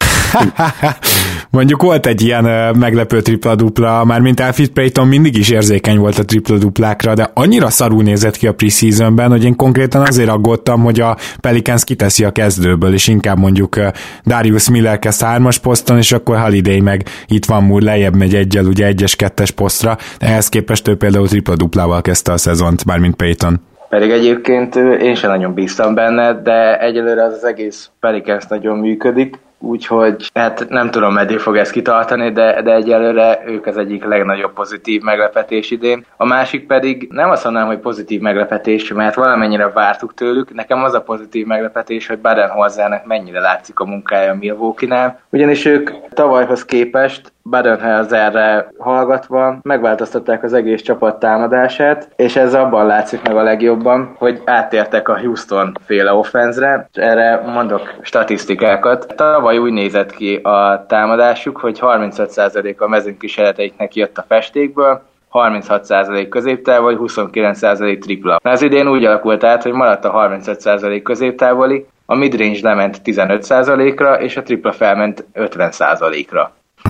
Mondjuk volt egy ilyen uh, meglepő tripla-dupla, mármint Elfrid Payton mindig is érzékeny volt a tripla-duplákra, de annyira szarul nézett ki a preseasonben, hogy én konkrétan azért aggódtam, hogy a Pelicans kiteszi a kezdőből, és inkább mondjuk uh, Darius Miller kezd hármas poszton, és akkor Holiday meg itt van múl, lejjebb megy egyel, ugye egyes-kettes posztra, de ehhez képest ő például tripla-duplával kezdte a szezont, mármint Payton. Pedig egyébként én sem nagyon bíztam benne, de egyelőre az, az egész Pelicans nagyon működik, úgyhogy hát nem tudom, meddig fog ezt kitartani, de, de egyelőre ők az egyik legnagyobb pozitív meglepetés idén. A másik pedig nem azt mondanám, hogy pozitív meglepetés, mert valamennyire vártuk tőlük. Nekem az a pozitív meglepetés, hogy Budenholzernek mennyire látszik a munkája a Milwaukee-nál, ugyanis ők tavalyhoz képest Budenholzerre hallgatva megváltoztatták az egész csapat támadását, és ez abban látszik meg a legjobban, hogy áttértek a Houston féle offense-re, és erre mondok statisztikákat. Tavaly úgy nézett ki a támadásuk, hogy harmincöt százalék a mezőnykísérleteiknek jött a festékből, harminchat százalék középtávoli, huszonkilenc százalék tripla. Az idén úgy alakult át, hogy maradt a harmincöt százalék középtávoli, a midrange lement tizenöt százalékra, és a tripla felment ötven százalékra.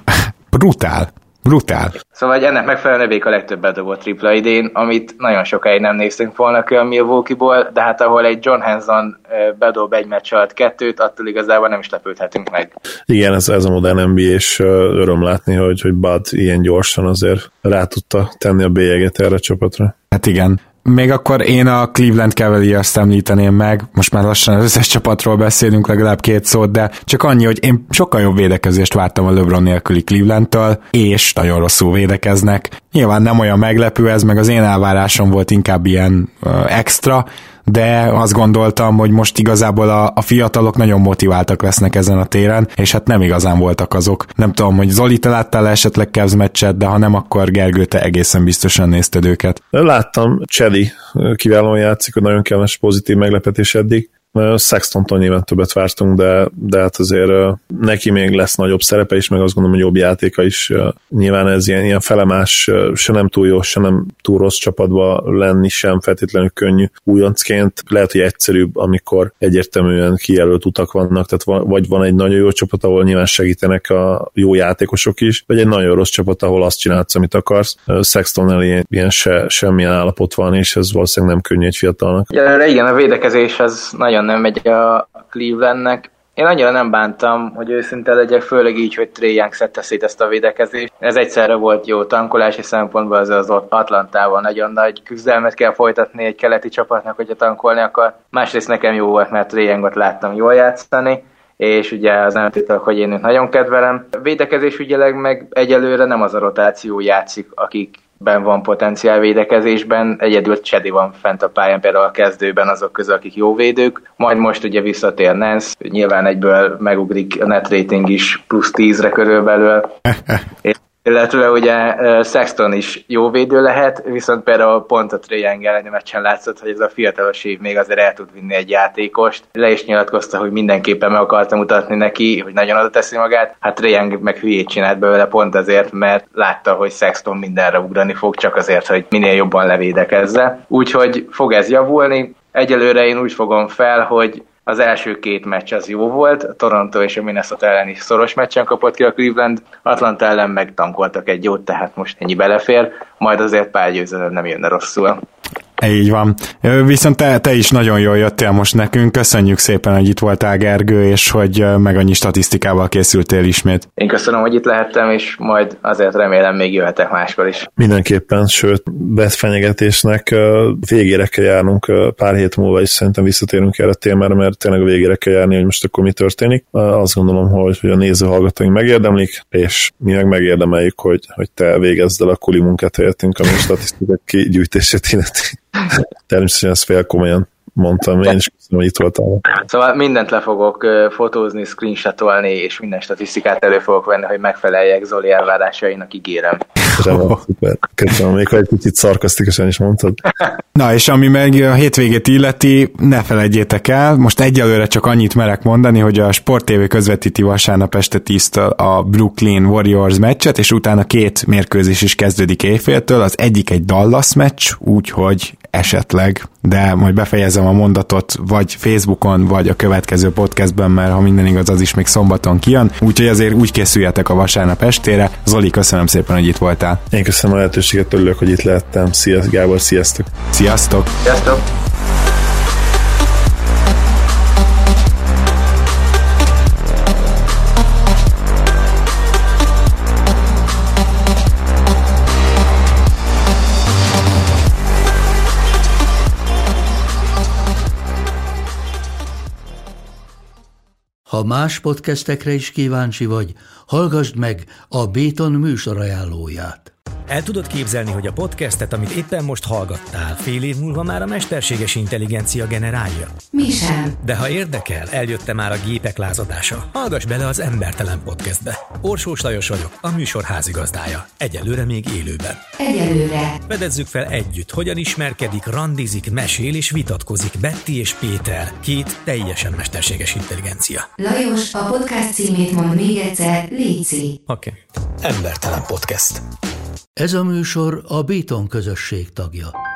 Brutál. Brutál. Szóval ennek megfelelően övék a legtöbb bedobott tripla idén, amit nagyon sokáig nem néztünk volna ki a Milwaukee-ból, de hát ahol egy John Henson bedob egy meccs alatt kettőt, attól igazából nem is lepődhetünk meg. Igen, ez, ez a modern en bé á, és öröm látni, hogy, hogy Bud ilyen gyorsan azért rá tudta tenni a bélyeget erre a csapatra. Hát igen. Még akkor én a Cleveland Cavaliers-t említeném meg, most már lassan az összes csapatról beszélünk legalább két szót, de csak annyi, hogy én sokkal jobb védekezést vártam a LeBron nélküli Clevelandtől, és nagyon rosszul védekeznek. Nyilván nem olyan meglepő ez, meg az én elvárásom volt inkább ilyen uh, extra, de azt gondoltam, hogy most igazából a, a fiatalok nagyon motiváltak lesznek ezen a téren, és hát nem igazán voltak azok. Nem tudom, hogy Zoli, te láttál esetleg Cavs meccset, de ha nem, akkor Gergő, te egészen biztosan nézted őket. Láttam, Chedi kiválóan játszik, hogy nagyon kellemes pozitív meglepetés eddig. Sextontól nyilván többet vártunk, de, de hát azért neki még lesz nagyobb szerepe is, meg azt gondolom, hogy jobb játéka is. Nyilván ez ilyen, ilyen felemás, se nem túl jó, se nem túl rossz csapatba lenni sem feltétlenül könnyű újoncként. Lehet, hogy egyszerűbb, amikor egyértelműen kijelölt utak vannak, tehát vagy van egy nagyon jó csapat, ahol nyilván segítenek a jó játékosok is, vagy egy nagyon rossz csapat, ahol azt csinálsz, amit akarsz. Sextonnál ilyen, ilyen se, semmilyen állapot van, és ez valószínűleg nem könnyű egy fiatalnak. Ja, igen, a védekezés az nagyon nem megy a Clevelandnek. Én annyira nem bántam, hogy őszinte legyek, főleg így, hogy Trae Young szedte szét ezt a védekezést. Ez egyszerre volt jó tankolási szempontból, az az Atlantával nagyon nagy küzdelmet kell folytatni egy keleti csapatnak, hogyha tankolni akar. Másrészt nekem jó volt, mert Trae Youngot láttam jól játszani, és ugye az nem titok, hogy én őt nagyon kedvelem. Védekezés ügyileg meg egyelőre nem az a rotáció játszik, akik ben van potenciál védekezésben, egyedül Chedi van fent a pályán, például a kezdőben azok közül, akik jó védők, majd most ugye visszatér Nance, nyilván egyből megugrik a net rating is plusz tízre körülbelül, illetve ugye Sexton is jó védő lehet, viszont például pont a Trae Young elleni meccsen látszott, hogy ez a fiatalos év még azért el tud vinni egy játékost. Le is nyilatkozta, hogy mindenképpen meg akarta mutatni neki, hogy nagyon oda teszi magát. Hát Trae Young meg hülyét csinált belőle pont azért, mert látta, hogy Sexton mindenre ugrani fog, csak azért, hogy minél jobban levédekezze. Úgyhogy fog ez javulni. Egyelőre én úgy fogom fel, hogy az első két meccs az jó volt, a Toronto és a Minnesota ellen is szoros meccsen kapott ki a Cleveland, Atlanta ellen meg tankoltak egy jót, tehát most ennyi belefér, majd azért pár győzelem nem jönne rosszul. Így van. Viszont te, te is nagyon jól jöttél most nekünk. Köszönjük szépen, hogy itt voltál, Gergő, és hogy meg annyi statisztikával készültél ismét. Én köszönöm, hogy itt lehettem, és majd azért remélem még jöhetek máskor is. Mindenképpen, sőt, betfenyegetésnek végére kell járnunk pár hét múlva, és szerintem visszatérünk erre a témára, mert tényleg a végére kell járni, hogy most akkor mi történik. Azt gondolom, hogy, hogy a néző hallgatóink megérdemlik, és mi meg megérdemeljük, hogy, hogy te végezd el a kuli munkát helyettünk, ami a statisztikák kigyűjtését illeti. Természetesen ezt fél komolyan mondtam, én is köszönöm, hogy itt voltál. Szóval mindent le fogok fotózni, screenshotolni, és minden statisztikát elő fogok venni, hogy megfeleljek Zoli elvárásainak, ígérem. Remélem, szuper. Köszönöm, még ha egy kicsit szarkasztikusan is mondtad. Na, és ami meg a hétvégét illeti, ne felejtjétek el, most egyelőre csak annyit merek mondani, hogy a Sport té vé közvetíti vasárnap este tíztől a Brooklyn Warriors meccset, és utána két mérkőzés is kezdődik éjféltől, az egyik egy Dallas meccs, úgyhogy esetleg, de majd befejezem a mondatot vagy Facebookon, vagy a következő podcastben, mert ha minden igaz, az is még szombaton kijön, úgyhogy azért úgy készüljetek a vasárnap estére. Zoli, köszönöm szépen, hogy itt voltál. Én köszönöm a lehetőséget, örülök, hogy itt lehettem. Szia, Gábor, sziasztok! Sziasztok! Sziasztok! Ha más podcastekre is kíváncsi vagy, hallgassd meg a Béton műsor ajánlóját. El tudod képzelni, hogy a podcastet, amit éppen most hallgattál, fél év múlva már a mesterséges intelligencia generálja? Mi sem. De ha érdekel, eljötte már a gépek lázadása. Hallgass bele az Embertelen podcastbe. Orsós Lajos vagyok, a műsor házigazdája. Egyelőre még élőben. Egyelőre. Fedezzük fel együtt, hogyan ismerkedik, randizik, mesél és vitatkozik Betty és Péter, két teljesen mesterséges intelligencia. Lajos, a podcast címét mond még egyszer, léci. Oké. Okay. Embertelen podcast. Ez a műsor a Béton közösség tagja.